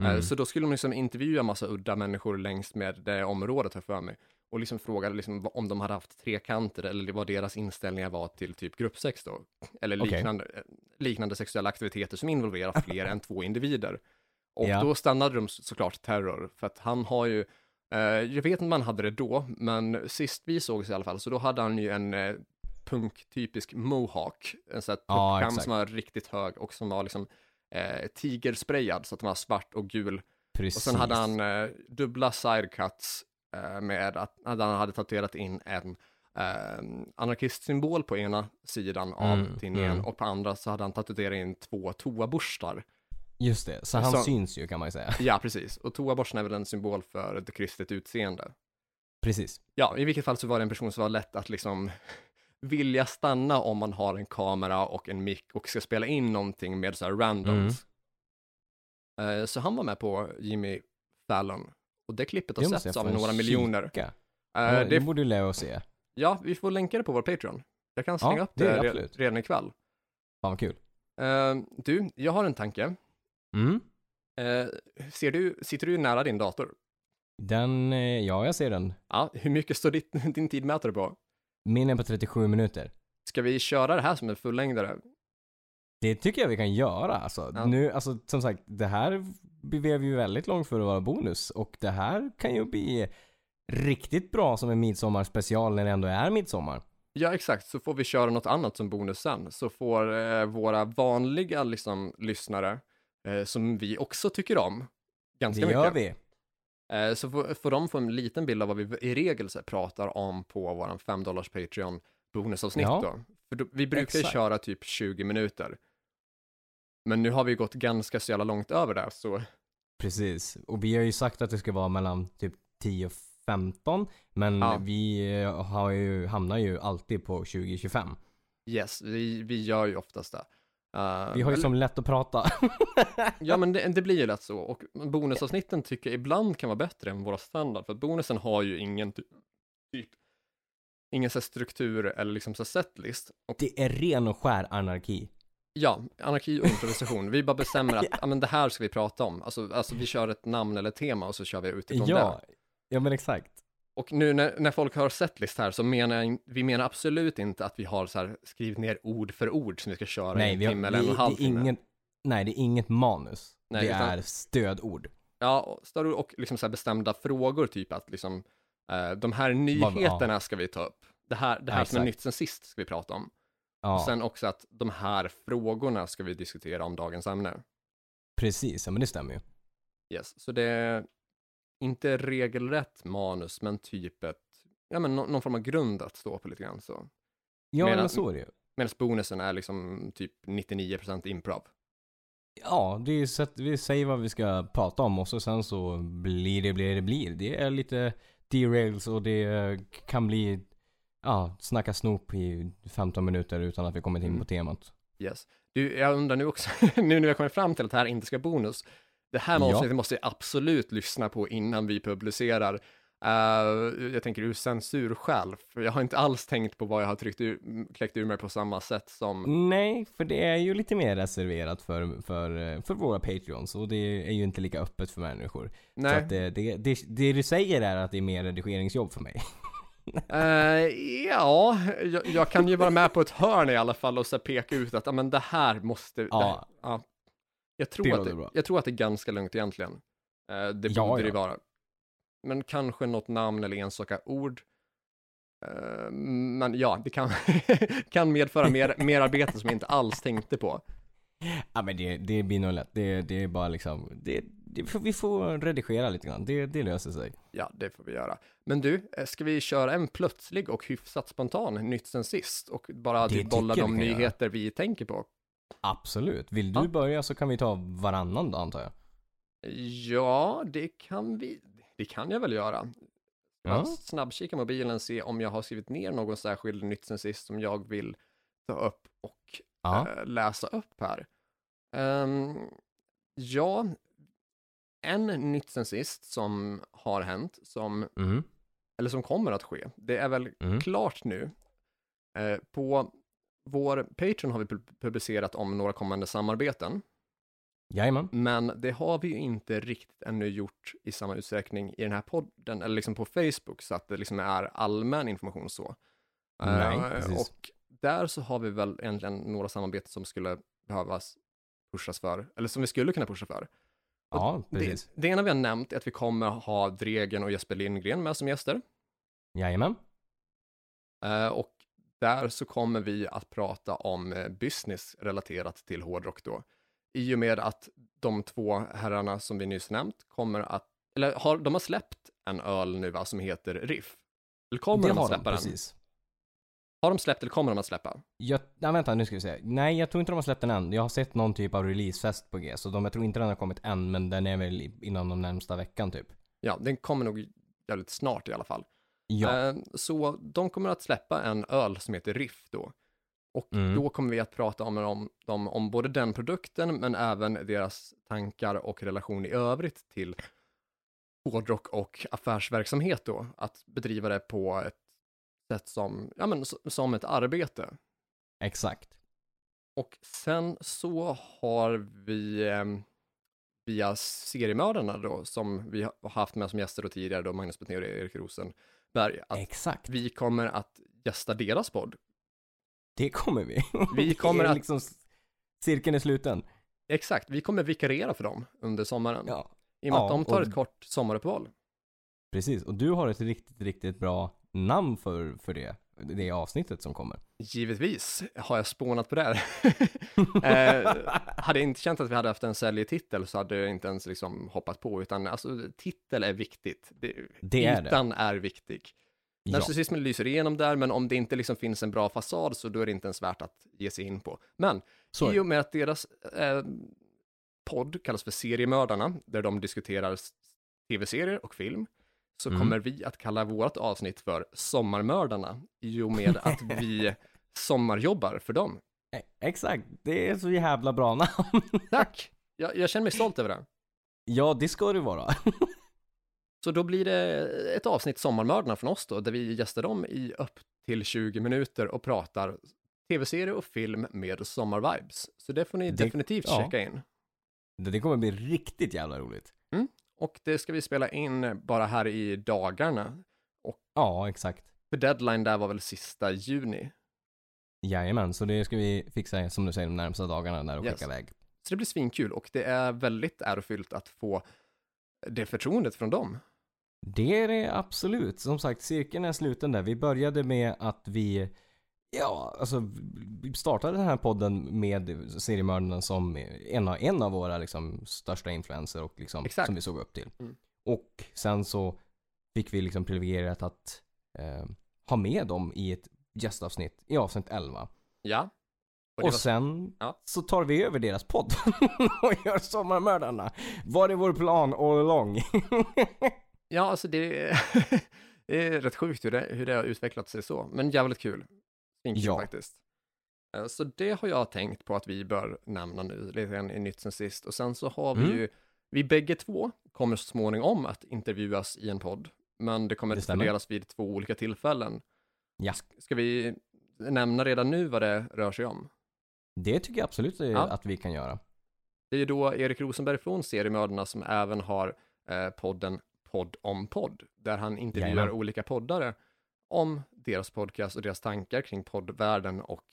Så då skulle de liksom intervjua massa udda människor längs med det området här för mig. Och liksom fråga liksom om de hade haft trekanter eller vad deras inställningar var till typ gruppsex då. Eller liknande sexuella aktiviteter som involverar fler än 2 individer. Och då stannade de såklart Terror. För att han har ju, jag vet inte om han hade det då, men sist vi sågs i alla fall, så då hade han ju en punktypisk mohawk. En sån här tuppkam som var riktigt hög och som var liksom tigersprayad så att den var svart och gul. Precis. Och sen hade han dubbla sidecuts med att han hade tatuerat in en anarkistsymbol på ena sidan av tinningen och på andra så hade han tatuerat in 2 toaborstar. Just det, så han syns ju kan man ju säga. Ja, precis. Och toaborsten är väl en symbol för ett kristet utseende. Precis. Ja, i vilket fall så var det en person som var lätt att liksom vilja stanna om man har en kamera och en mick och ska spela in någonting med så här randoms. Så han var med på Jimmy Fallon. Och det klippet har setts av några miljoner. Det borde du lära oss se. Ja, vi får länka det på vår Patreon. Jag kan slänga upp det redan ikväll. Fan vad kul. Du, jag har en tanke. Sitter du nära din dator? Ja, jag ser den. Ja, hur mycket står din tidmätare på? Min är på 37 minuter. Ska vi köra det här som en fullängdare? Det tycker jag vi kan göra alltså. Ja. Nu, alltså som sagt, det här blev ju väldigt långt för att vara bonus. Och det här kan ju bli riktigt bra som en midsommarspecial när det ändå är midsommar. Ja, exakt. Så får vi köra något annat som bonus sen. Så får våra vanliga liksom, lyssnare, som vi också tycker om, ganska mycket. Det gör vi. Så får de få en liten bild av vad vi i regel så pratar om på våran $5 Patreon bonusavsnitt då. För då, vi brukar ju köra typ 20 minuter. Men nu har vi gått ganska så jävla långt över det, så... Precis. Och vi har ju sagt att det ska vara mellan typ 10 och 15. Men vi hamnar ju alltid på 20-25. Yes, vi gör ju oftast det. Vi har ju som lätt att prata. Ja, men det blir ju lätt så. Och bonusavsnitten tycker jag ibland kan vara bättre än våra standard. För att bonusen har ju ingen ingen så struktur eller liksom så setlist. Och det är ren och skär anarki. Ja, anarki och improvisation. Vi bara bestämmer att men det här ska vi prata om. Alltså vi kör ett namn eller tema och så kör vi utifrån det. Ja, men exakt. Och nu när folk hör setlist här så menar absolut inte att vi har så här skrivit ner ord för ord som vi ska köra i en timme eller en halv timme. Nej, det är inget manus. Det är stödord. Ja, stödord och liksom så här bestämda frågor, typ att liksom de här nyheterna ska vi ta upp. Det här som är nytt sen sist ska vi prata om. Ja. Och sen också att de här frågorna ska vi diskutera om dagens ämne. Precis, ja, men det stämmer ju. Yes, så det är inte regelrätt manus, men typ någon form av grund att stå på lite grann. Så. Ja, men så är det ju. Medan bonusen är liksom typ 99% improv. Ja, det är så att vi säger vad vi ska prata om och så sen så blir det. Det är lite derails och det kan bli snacka snop i 15 minuter utan att vi kommer in på temat. Yes. Du, jag undrar nu också, nu när vi har kommit fram till att det här inte ska bonus, det här avsnittet måste jag absolut lyssna på innan vi publicerar. Jag tänker ur censurskäl, för jag har inte alls tänkt på vad jag har kläckt ur mig på samma sätt som... Nej, för det är ju lite mer reserverat för våra Patreons och det är ju inte lika öppet för människor. Nej. Så att det du säger är att det är mer redigeringsjobb för mig. Jag kan ju vara med på ett hörn i alla fall och så peka ut att men det här måste... Jag tror att det är ganska lugnt egentligen. Det borde det vara. Men kanske något namn eller enstaka ord. Men ja, det kan medföra mer arbete som jag inte alls tänkte på. Ja, men det blir nog lätt. Det är bara liksom... vi får redigera lite grann. Det löser sig. Ja, det får vi göra. Men du, ska vi köra en plötslig och hyfsat spontan nytt sen sist? Och bara bolla de nyheter vi tänker på? Absolut. Vill du börja så kan vi ta varannan då, antar jag. Ja, det kan vi. Det kan jag väl göra. Snabbkika mobilen, se om jag har skrivit ner någon särskild nytt sen sist som jag vill ta upp och läsa upp här. En nytt sen sist som har hänt, eller som kommer att ske, det är väl klart nu. På vår Patreon har vi publicerat om några kommande samarbeten. Jajamän. Men det har vi ju inte riktigt ännu gjort i samma utsträckning i den här podden, eller liksom på Facebook, så att det liksom är allmän information så. Nej, precis. Och där så har vi väl egentligen några samarbeten som skulle behövas pushas för, eller som vi skulle kunna pusha för. Ja, precis. Det ena vi har nämnt är att vi kommer ha Dregen och Jesper Lindgren med som gäster. Jajamän. Och där så kommer vi att prata om business relaterat till hårdrock då. I och med att de två herrarna som vi nyss nämnt kommer att, eller de har släppt en öl nu va, som heter Riff. Eller kommer de att släppa den? Precis. Har de släppt eller kommer de att släppa? Nej, vänta, nu ska vi se. Nej, jag tror inte de har släppt den än. Jag har sett någon typ av releasefest på G, så jag tror inte den har kommit än, men den är väl innan de närmsta veckan typ. Ja, den kommer nog väldigt snart i alla fall. Ja. Så de kommer att släppa en öl som heter Riff då. Och då kommer vi att prata om både den produkten, men även deras tankar och relation i övrigt till hårdrock och affärsverksamhet då. Att bedriva det på ett sätt som ett arbete. Exakt. Och sen så har vi via seriemördarna då, som vi har haft med som gäster då tidigare då, Magnus Betnér och Erik Rosenberg, att Exakt. vi kommer att gästa deras podd. Det kommer vi. Vi kommer att liksom cirkeln är sluten. Exakt, vi kommer vikariera för dem under sommaren. Ja. I och med att de tar ett kort sommaruppehåll. Precis, och du har ett riktigt, riktigt bra namn för det avsnittet som kommer. Givetvis har jag spånat på det här. Hade jag inte känt att vi hade haft en säljtitel så hade jag inte ens liksom hoppat på, utan alltså titel är viktigt. Ytan är viktig. Ja. Narcissismen lyser igenom där, men om det inte liksom finns en bra fasad så då är det inte ens värt att ge sig in på. Men i och med att deras podd kallas för Seriemördarna, där de diskuterar tv-serier och film, så kommer vi att kalla vårt avsnitt för Sommarmördarna, i och med att vi sommarjobbar för dem. Exakt, det är så jävla bra namn. Tack! Jag känner mig stolt över det. Ja, det ska du vara. Så då blir det ett avsnitt Sommarmördarna från oss då, där vi gästar dem i upp till 20 minuter och pratar tv-serier och film med sommarvibes. Så det får ni definitivt checka in. Det kommer bli riktigt jävla roligt. Och det ska vi spela in bara här i dagarna. Och ja, exakt. För deadline där var väl sista juni. Jajamän, så det ska vi fixa, som du säger, de närmsta dagarna där och skicka iväg. Så det blir svinkul och det är väldigt ärofyllt att få det förtroendet från dem. Det är det absolut. Som sagt, cirkeln är sluten där. Vi började med att vi startade den här podden med seriemördarna som en av våra liksom största influenser och liksom, som vi såg upp till. Och sen så fick vi liksom privilegierat att ha med dem i ett gästavsnitt i avsnitt 11. Ja. Och sen så tar vi över deras podd och gör Sommarmördarna. Var är vår plan all along? Ja, alltså det är rätt sjukt hur det har utvecklat sig så. Men jävligt kul. Kul faktiskt. Så det har jag tänkt på att vi bör nämna nu, lite grann i nytt sen sist. Och sen så har vi ju, vi bägge två kommer så småningom att intervjuas i en podd. Men det kommer att fördelas vid 2 olika tillfällen. Ja. Ska vi nämna redan nu vad det rör sig om? Det tycker jag absolut att vi kan göra. Det är ju då Erik Rosenberg från Seriemördarna som även har podden Podd om podd, där han intervjuar olika poddare om deras podcast och deras tankar kring poddvärlden och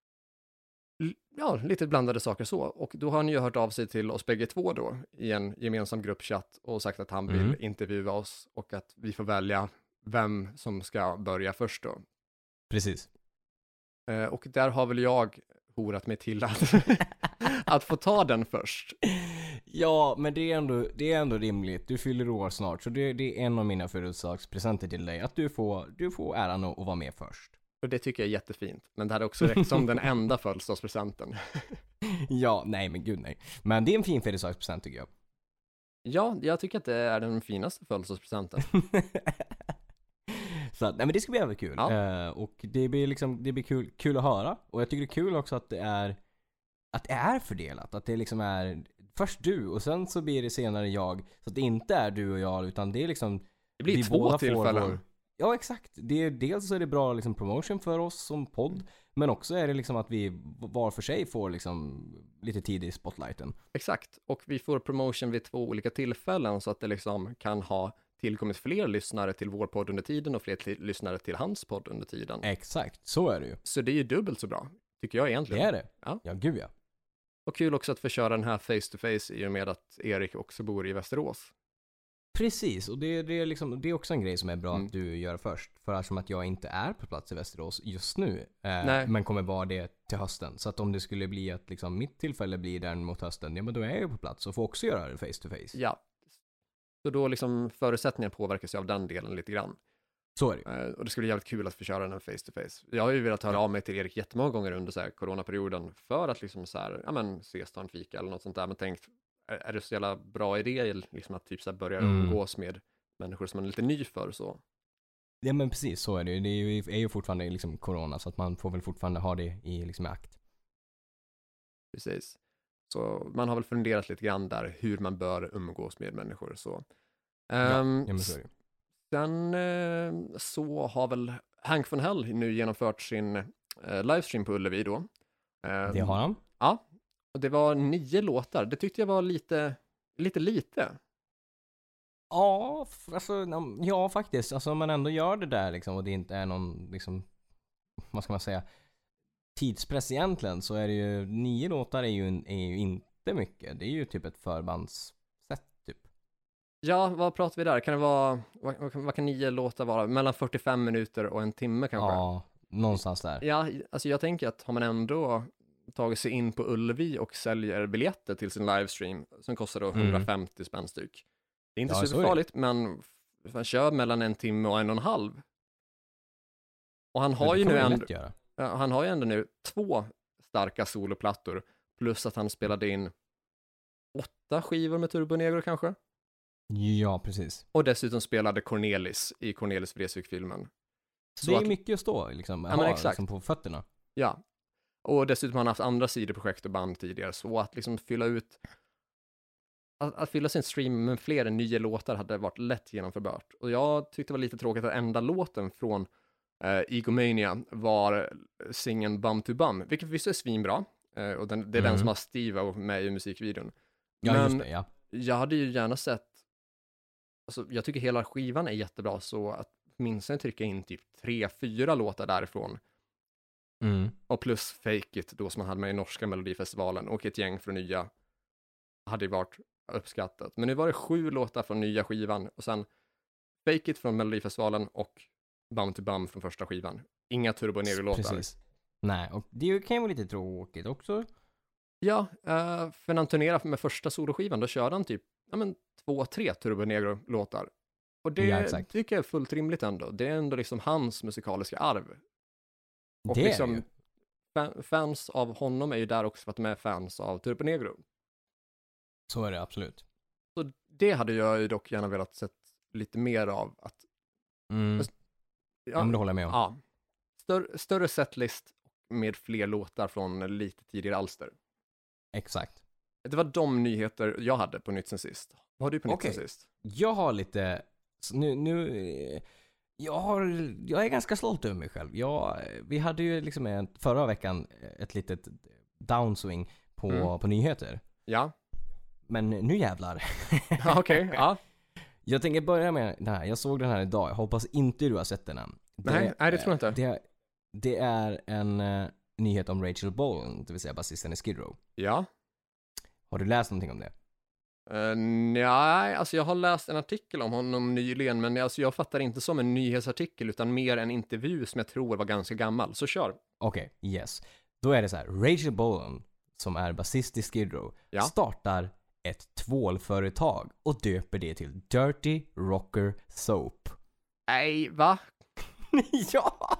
lite blandade saker så. Och då har han ju hört av sig till oss bägge två då i en gemensam gruppchatt och sagt att han vill intervjua oss och att vi får välja vem som ska börja först då. Precis. Och där har väl jag horat mig till att få ta den först. Ja, men det är ändå rimligt. Du fyller år snart, så det är en av mina födelsedagspresenter till dig. Att du får äran att vara med först. Och det tycker jag är jättefint. Men det hade också räckt som den enda födelsedagspresenten. Ja, nej men gud nej. Men det är en fin födelsedagspresent tycker jag. Ja, jag tycker att det är den finaste födelsedagspresenten. Så nej, men det ska bli jävligt kul. Ja. Och det blir kul att höra. Och jag tycker det är kul också att det är fördelat. Att det liksom är först du och sen så blir det senare jag. Så att det inte är du och jag, utan det är liksom det blir 2 tillfällen. Ja, exakt. Dels så är det bra liksom promotion för oss som podd. Men också är det liksom att vi var för sig får liksom lite tid i spotlighten. Exakt, och vi får promotion vid 2 olika tillfällen så att det liksom kan ha tillkommit fler lyssnare till vår podd under tiden och fler lyssnare till hans podd under tiden. Exakt, så är det ju. Så det är ju dubbelt så bra, tycker jag egentligen. Det är det. Ja. Ja, gud ja. Och kul också att få köra den här face to face i och med att Erik också bor i Västerås. Precis, och det är liksom, det är också en grej som är bra att du gör först. För eftersom att jag inte är på plats i Västerås just nu, men kommer vara det till hösten. Så att om det skulle bli att liksom mitt tillfälle blir där mot hösten, ja men då är jag ju på plats och får också göra det face to face. Ja, så då liksom förutsättningar påverkas ju av den delen lite grann. Så är det. Och det skulle bli jävligt kul att få köra den här face to face. Jag har ju velat höra av mig till Erik jättemånga gånger under så här coronaperioden för att liksom så här, ja men ses, ta en fika eller något sånt där, men tänkt, är det så jävla bra idé liksom att typ så här börja umgås med människor som man är lite ny för så? Ja men precis, så är det ju. Det är ju fortfarande liksom corona, så att man får väl fortfarande ha det i liksom akt. Precis. Så man har väl funderat lite grann där hur man bör umgås med människor så. Ja men så är det. Sen så har väl Hank von Hell nu genomfört sin livestream på Ullevi då. Det har han. Ja, och det var 9 låtar. Det tyckte jag var lite. Ja, alltså, ja faktiskt. Alltså om man ändå gör det där liksom, och det inte är någon liksom, vad ska man säga, tidspress egentligen, så är det ju 9 låtar är ju inte mycket. Det är ju typ ett förbandssätt typ. Ja, vad pratar vi där? Kan det vara, vad kan 9 låtar vara? Mellan 45 minuter och en timme kanske? Ja, någonstans där. Ja, alltså jag tänker att har man ändå tagit sig in på Ullevi och säljer biljetter till sin livestream som kostar då 150 spänn styck. Det är inte superfarligt, men man kör mellan en timme och 1,5. Och han har ju nu han har ju ändå nu 2 starka soloplattor plus att han spelade in 8 skivor med Turbo Negro kanske. Ja, precis. Och dessutom spelade Cornelis i Cornelis Vreeswijk-filmen. Så det är mycket att stå liksom, liksom på fötterna. Ja. Och dessutom har han haft andra sidoprojekt och band tidigare, så att liksom fylla ut att fylla sin stream med fler än 9 låtar hade varit lätt genomförbart. Och jag tyckte det var lite tråkigt att enda låten från Egomania var singeln Bum to Bum, vilket visst är svinbra. Och det är den som har Steve med i musikvideon. Ja, men just det, ja. Jag hade ju gärna sett, alltså jag tycker hela skivan är jättebra, så att minst trycka in typ 3-4 låtar därifrån. Och plus Fake It då som man hade med i norska Melodifestivalen och ett gäng från nya hade ju varit uppskattat. Men nu var det 7 låtar från nya skivan och sen Fake It från Melodifestivalen och Bum to Bum från första skivan. Inga Turbo Negro-låtar. Precis. Nej, och det kan ju vara lite tråkigt också. Ja, för när han turnerade med första soloskivan då körde han typ 2-3 Turbo Negro-låtar. Och det tycker jag är fullt rimligt ändå. Det är ändå liksom hans musikaliska arv. Och det liksom fans av honom är ju där också för att de är fans av Turbo Negro. Så är det absolut. Så det hade jag ju dock gärna velat sett lite mer av. Att, ja, men det håller jag med om. Ja, större setlist med fler låtar från lite tidigare alster. Exakt. Det var de nyheter jag hade på Nytt sen sist. Vad har du på Nytt sen sist? Jag har lite... Jag är ganska stolt över mig själv. Vi hade ju liksom förra veckan ett litet downswing på nyheter. Ja. Men nu jävlar. Okej, ja. Jag tänker börja med den här. Jag såg den här idag. Jag hoppas inte du har sett den än. Nej, det tror jag inte. Det är en nyhet om Rachel Bolan, det vill säga basisten i Skid Row. Ja. Har du läst någonting om det? Nej, alltså jag har läst en artikel om honom nyligen, men alltså jag fattar inte som en nyhetsartikel utan mer en intervju som jag tror var ganska gammal, så kör. Okej, yes. Då är det så här, Rachel Bolan, som är basist i Skid Row, startar ett tvålföretag och döper det till Dirty Rocker Soap. Nej, va? Ja!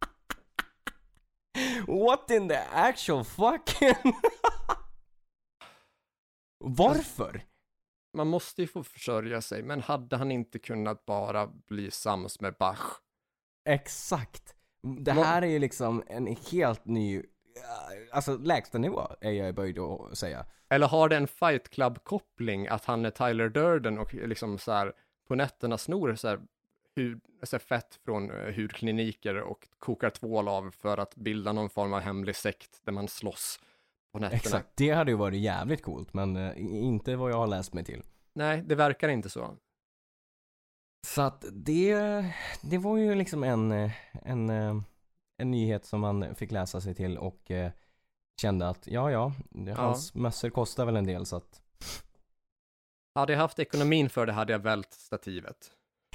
What in the actual fucking... Varför? Man måste ju få försörja sig, men hade han inte kunnat bara bli sams med Bach? Exakt. Det här är ju liksom en helt ny, alltså lägsta nivå är jag böjd att säga. Eller har det en Fight Club-koppling att han är Tyler Durden och liksom så här på nätterna snor så här fett från hudkliniker och kokar tvål av för att bilda någon form av hemlig sekt där man slåss på nätterna. Exakt, det hade ju varit jävligt coolt, men inte vad jag har läst mig till. Nej, det verkar inte så. Så att det var ju liksom en nyhet som man fick läsa sig till och kände att hans mössor kostar väl en del, så att hade jag haft ekonomin för det hade jag vält stativet.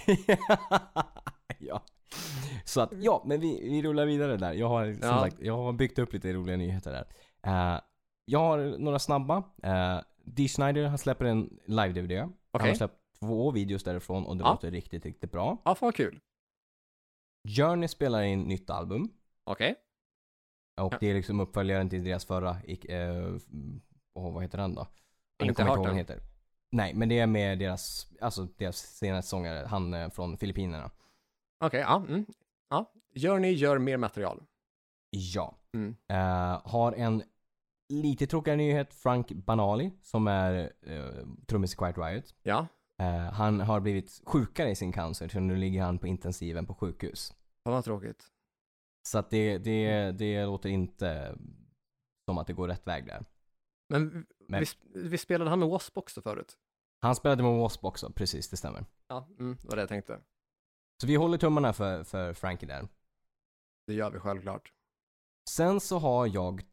ja. Så att, men vi rullar vidare där. Jag har som sagt, jag har byggt upp lite roliga nyheter där. Jag har några snabba. Dee Snider har släppt en live-DVD. Han har släppt 2 videos därifrån och det låter riktigt, riktigt bra. Ja, fan kul. Journey spelar in nytt album. Okej. Och det är liksom uppföljaren till deras förra, vad heter den då? Inte hört den. Heter. Nej, men det är med deras senaste sångare, han från Filippinerna. Okej, ja. Journey gör mer material. Ja. Har en lite tråkigare nyhet. Frank Banali, som är trummis i Quiet Riot. Ja. Han har blivit sjukare i sin cancer, så nu ligger han på intensiven på sjukhus. Vad tråkigt. Så att det låter inte som att det går rätt väg där. Men vi spelade han med W.A.S.P. också förut? Han spelade med W.A.S.P. också, precis, det stämmer. Ja, det var det jag tänkte. Så vi håller tummarna för Frankie där. Det gör vi självklart. Sen så har jag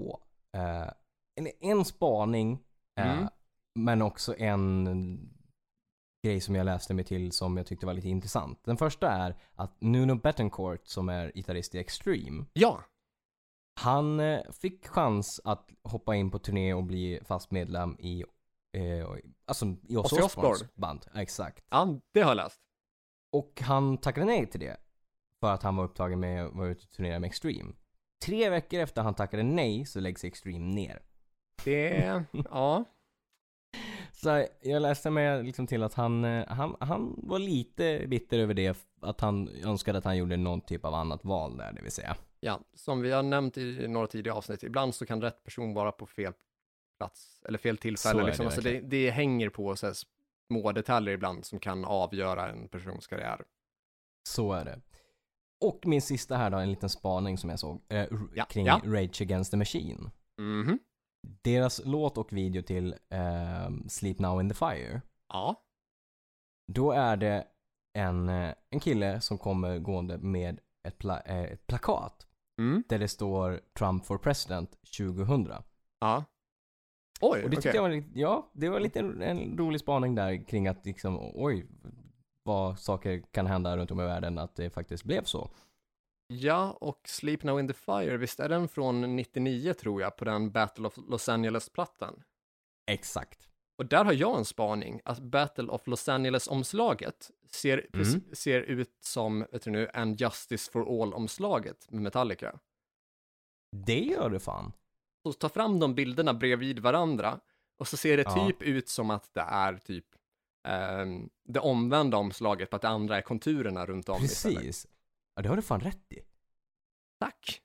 en spaning, men också en grej som jag läste mig till som jag tyckte var lite intressant. Den första är att Nuno Bettencourt, som är gitarrist i Extreme, han fick chans att hoppa in på turné och bli fast medlem i Ozzy Osbournes band. Exakt. Ja, det har jag läst. Och han tackade nej till det för att han var upptagen med att vara ute och turnera med Extreme. 3 veckor efter han tackade nej så läggs Extreme ner. Ja. Så jag läste mig liksom till att han var lite bitter över det, att han önskade att han gjorde någon typ av annat val där, det vill säga. Ja, som vi har nämnt i några tidigare avsnitt, ibland så kan rätt person vara på fel plats eller fel tillfälle. Liksom. Alltså det hänger på så här små detaljer ibland som kan avgöra en persons karriär. Så är det. Och min sista här då, en liten spaning som jag såg kring Rage Against the Machine. Mhm. Deras låt och video till Sleep Now in the Fire. Ja. Då är det en kille som kommer gående med ett plakat där det står Trump for President 2000. Ja. Oj, och det tyckte jag det var lite en rolig spaning där kring att liksom, vad saker kan hända runt om i världen, att det faktiskt blev så. Ja, och Sleep Now in the Fire, visst är den från 99 tror jag, på den Battle of Los Angeles-plattan? Exakt. Och där har jag en spaning, att Battle of Los Angeles-omslaget ser ut som, And Justice for All-omslaget med Metallica. Det gör det fan. Så ta fram de bilderna bredvid varandra, och så ser det typ ut som att det är typ det omvända omslaget, på att det andra är konturerna runt om. Precis. Istället. Ja, det har du fan rätt i. Tack.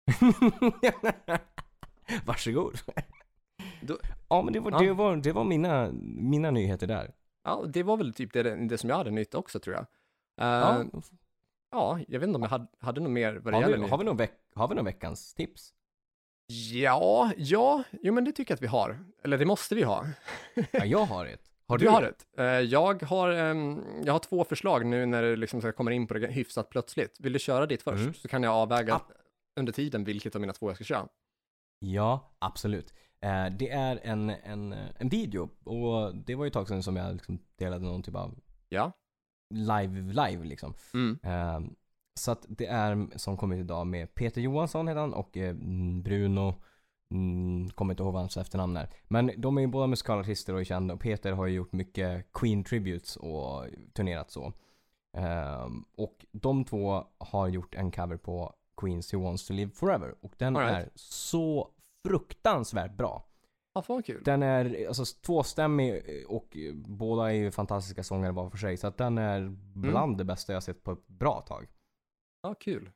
Varsågod. Ja, men det var mina nyheter där. Ja, det var väl typ det som jag hade nytt också, tror jag. Ja, jag vet inte om jag hade något mer vad det gäller. Har vi någon veckans tips? Ja, jo, men det tycker jag att vi har. Eller det måste vi ha. Ja, jag har ett. Har du har ett? Jag har 2 förslag nu när det liksom kommer in på det hyfsat plötsligt. Vill du köra ditt först? Så kan jag avväga under tiden vilket av mina 2 jag ska köra. Ja, absolut. Det är en video, och det var ju ett tag sedan som jag liksom delade någon typ av live liksom. Så att det är som kommit idag med Peter Johansson heter han, och Bruno kommer inte ihåg hans efternamn där. Men de är ju båda musikalartister och är kända, och Peter har ju gjort mycket Queen tributes och turnerat så. Och de 2 har gjort en cover på Queen's Who Wants to Live Forever, och den är så fruktansvärt bra. Ja, fan kul. Den är alltså 2-stämmig, och båda är ju fantastiska sångare var för sig, så att den är bland det bästa jag sett på ett bra tag. Ja, kul.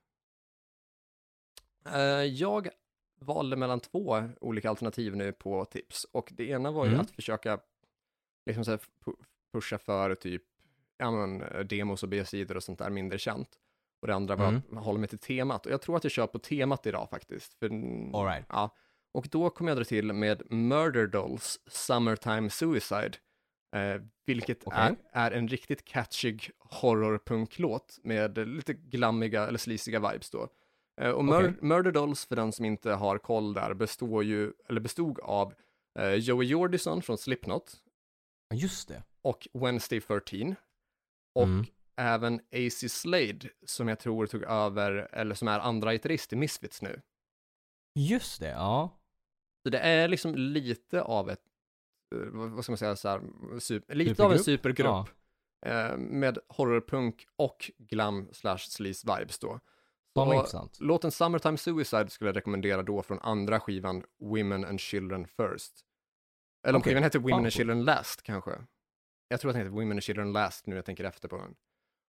Jag valde mellan 2 olika alternativ nu på tips, och det ena var ju att försöka liksom så här pusha för typ demos och B-sidor och sånt där mindre känt. Och det andra var att hålla mig till temat. Och jag tror att jag kör på temat idag faktiskt. För, All right. ja. Och då kommer jag dra till med Murder Dolls Summertime Suicide. Vilket är en riktigt catchig horrorpunklåt med lite glammiga eller slisiga vibes då. Och Murder Dolls, för den som inte har koll där, bestod av Joey Jordison från Slipknot. Just det. Och Wednesday 13. Och även AC Slade, som jag tror tog över, eller som är andra gitarrist i Misfits nu. Just det, ja. Så det är liksom lite av ett, vad ska man säga, så här, lite av en supergrupp. Ja. Med horrorpunk och glam/sleaze vibes då. Så låten Summertime Suicide skulle jag rekommendera då från andra skivan Women and Children First. Eller om skivan heter Women and Children Last kanske. Jag tror att den heter Women and Children Last nu jag tänker efter på den.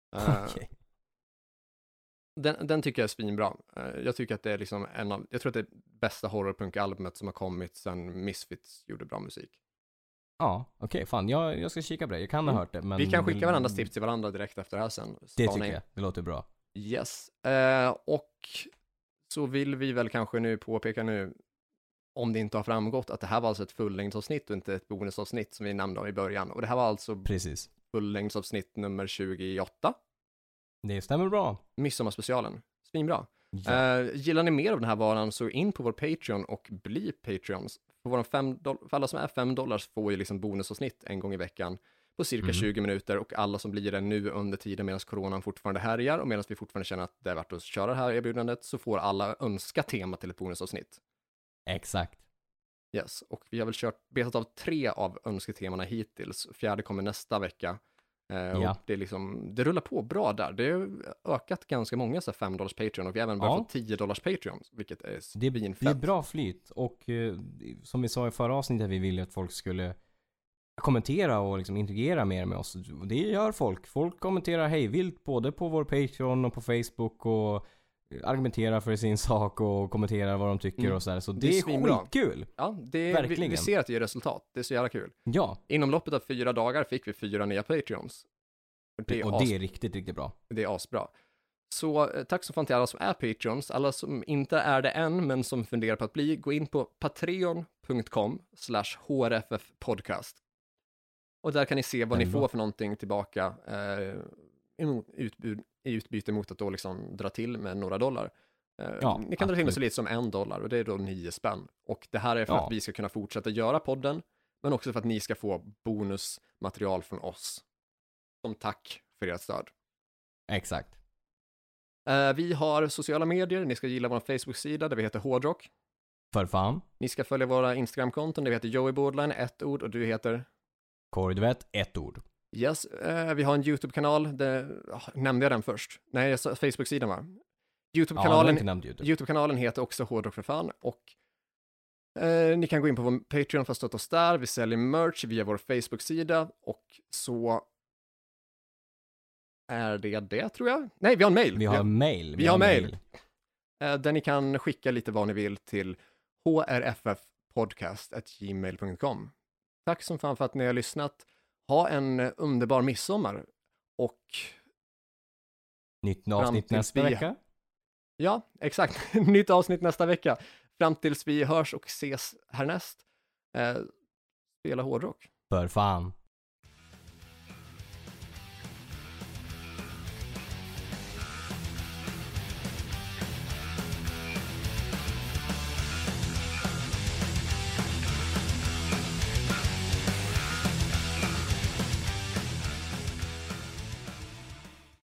Den tycker jag är svinbra. Jag tycker att det är liksom jag tror att det är bästa horrorpunk-albumet som har kommit sedan Misfits gjorde bra musik. Ja, okej, fan. Jag ska kika på det. Jag kan ha hört det, men... Vi kan skicka varandras tips till varandra direkt efter det här sen. Det tycker jag. Det låter bra. Yes. Och så vill vi väl kanske nu påpeka nu, om det inte har framgått, att det här var alltså ett fullängdsavsnitt och inte ett bonusavsnitt som vi nämnde om i början. Och det här var alltså fullängdsavsnitt nummer 28. Det stämmer bra. Midsommarspecialen. Svinbra. Ja. Gillar ni mer av den här varan så in på vår Patreon och bli Patreons. För alla som är $5 får ju liksom bonusavsnitt en gång i veckan på cirka 20 minuter, och alla som blir det nu under tiden medan coronan fortfarande härjar och medan vi fortfarande känner att det är värt att köra det här erbjudandet, så får alla önska tema till ett bonusavsnitt. Exakt. Yes, och vi har väl betat av 3 av önsketemana hittills. 4:e kommer nästa vecka. Och det rullar på bra där. Det har ökat ganska många så $5 Patreon, och vi har även börjat få $10 Patreon, vilket är svinfett. Det är bra flyt, och som vi sa i förra avsnittet, vi ville att folk skulle kommentera och liksom interagera mer med oss. Det gör folk. Folk kommenterar hejvilt både på vår Patreon och på Facebook och argumenterar för sin sak och kommenterar vad de tycker och så där. Så det är skitkul. Ja, verkligen. Vi ser att det ger resultat. Det är så jävla kul. Ja. Inom loppet av 4 dagar fick vi 4 nya Patreons. Det är riktigt, riktigt bra. Det är asbra. Så tack så fan till alla som är Patreons. Alla som inte är det än, men som funderar på att bli. Gå in på patreon.com/hrffpodcast. Och där kan ni se vad ni får för någonting tillbaka i utbyte mot att då liksom dra till med några $. Ni kan dra till med så lite som $1, och det är då 9 spänn. Och det här är för att vi ska kunna fortsätta göra podden, men också för att ni ska få bonusmaterial från oss. Som tack för ert stöd. Exakt. Vi har sociala medier. Ni ska gilla vår Facebook-sida där vi heter Hårdrock. För fan. Ni ska följa våra Instagram-konton där vi heter Joey Borderline, 1 ord, och du heter... Corey Duvett, 1 ord. Yes, vi har en YouTube-kanal. Nämnde jag den först? Nej, Facebook-sidan va? YouTube-kanalen heter också Hårdrock för fan, och ni kan gå in på vår Patreon för att stötta oss där. Vi säljer merch via vår Facebook-sida, och så är det tror jag. Nej, vi har en mail. Vi har mail. Där ni kan skicka lite vad ni vill till hrffpodcast@gmail.com. Tack som fan för att ni har lyssnat. Ha en underbar midsommar. Och nytt avsnitt nästa vecka. Ja, exakt. Nytt avsnitt nästa vecka. Fram tills vi hörs och ses härnäst. Spela hårdrock. För fan.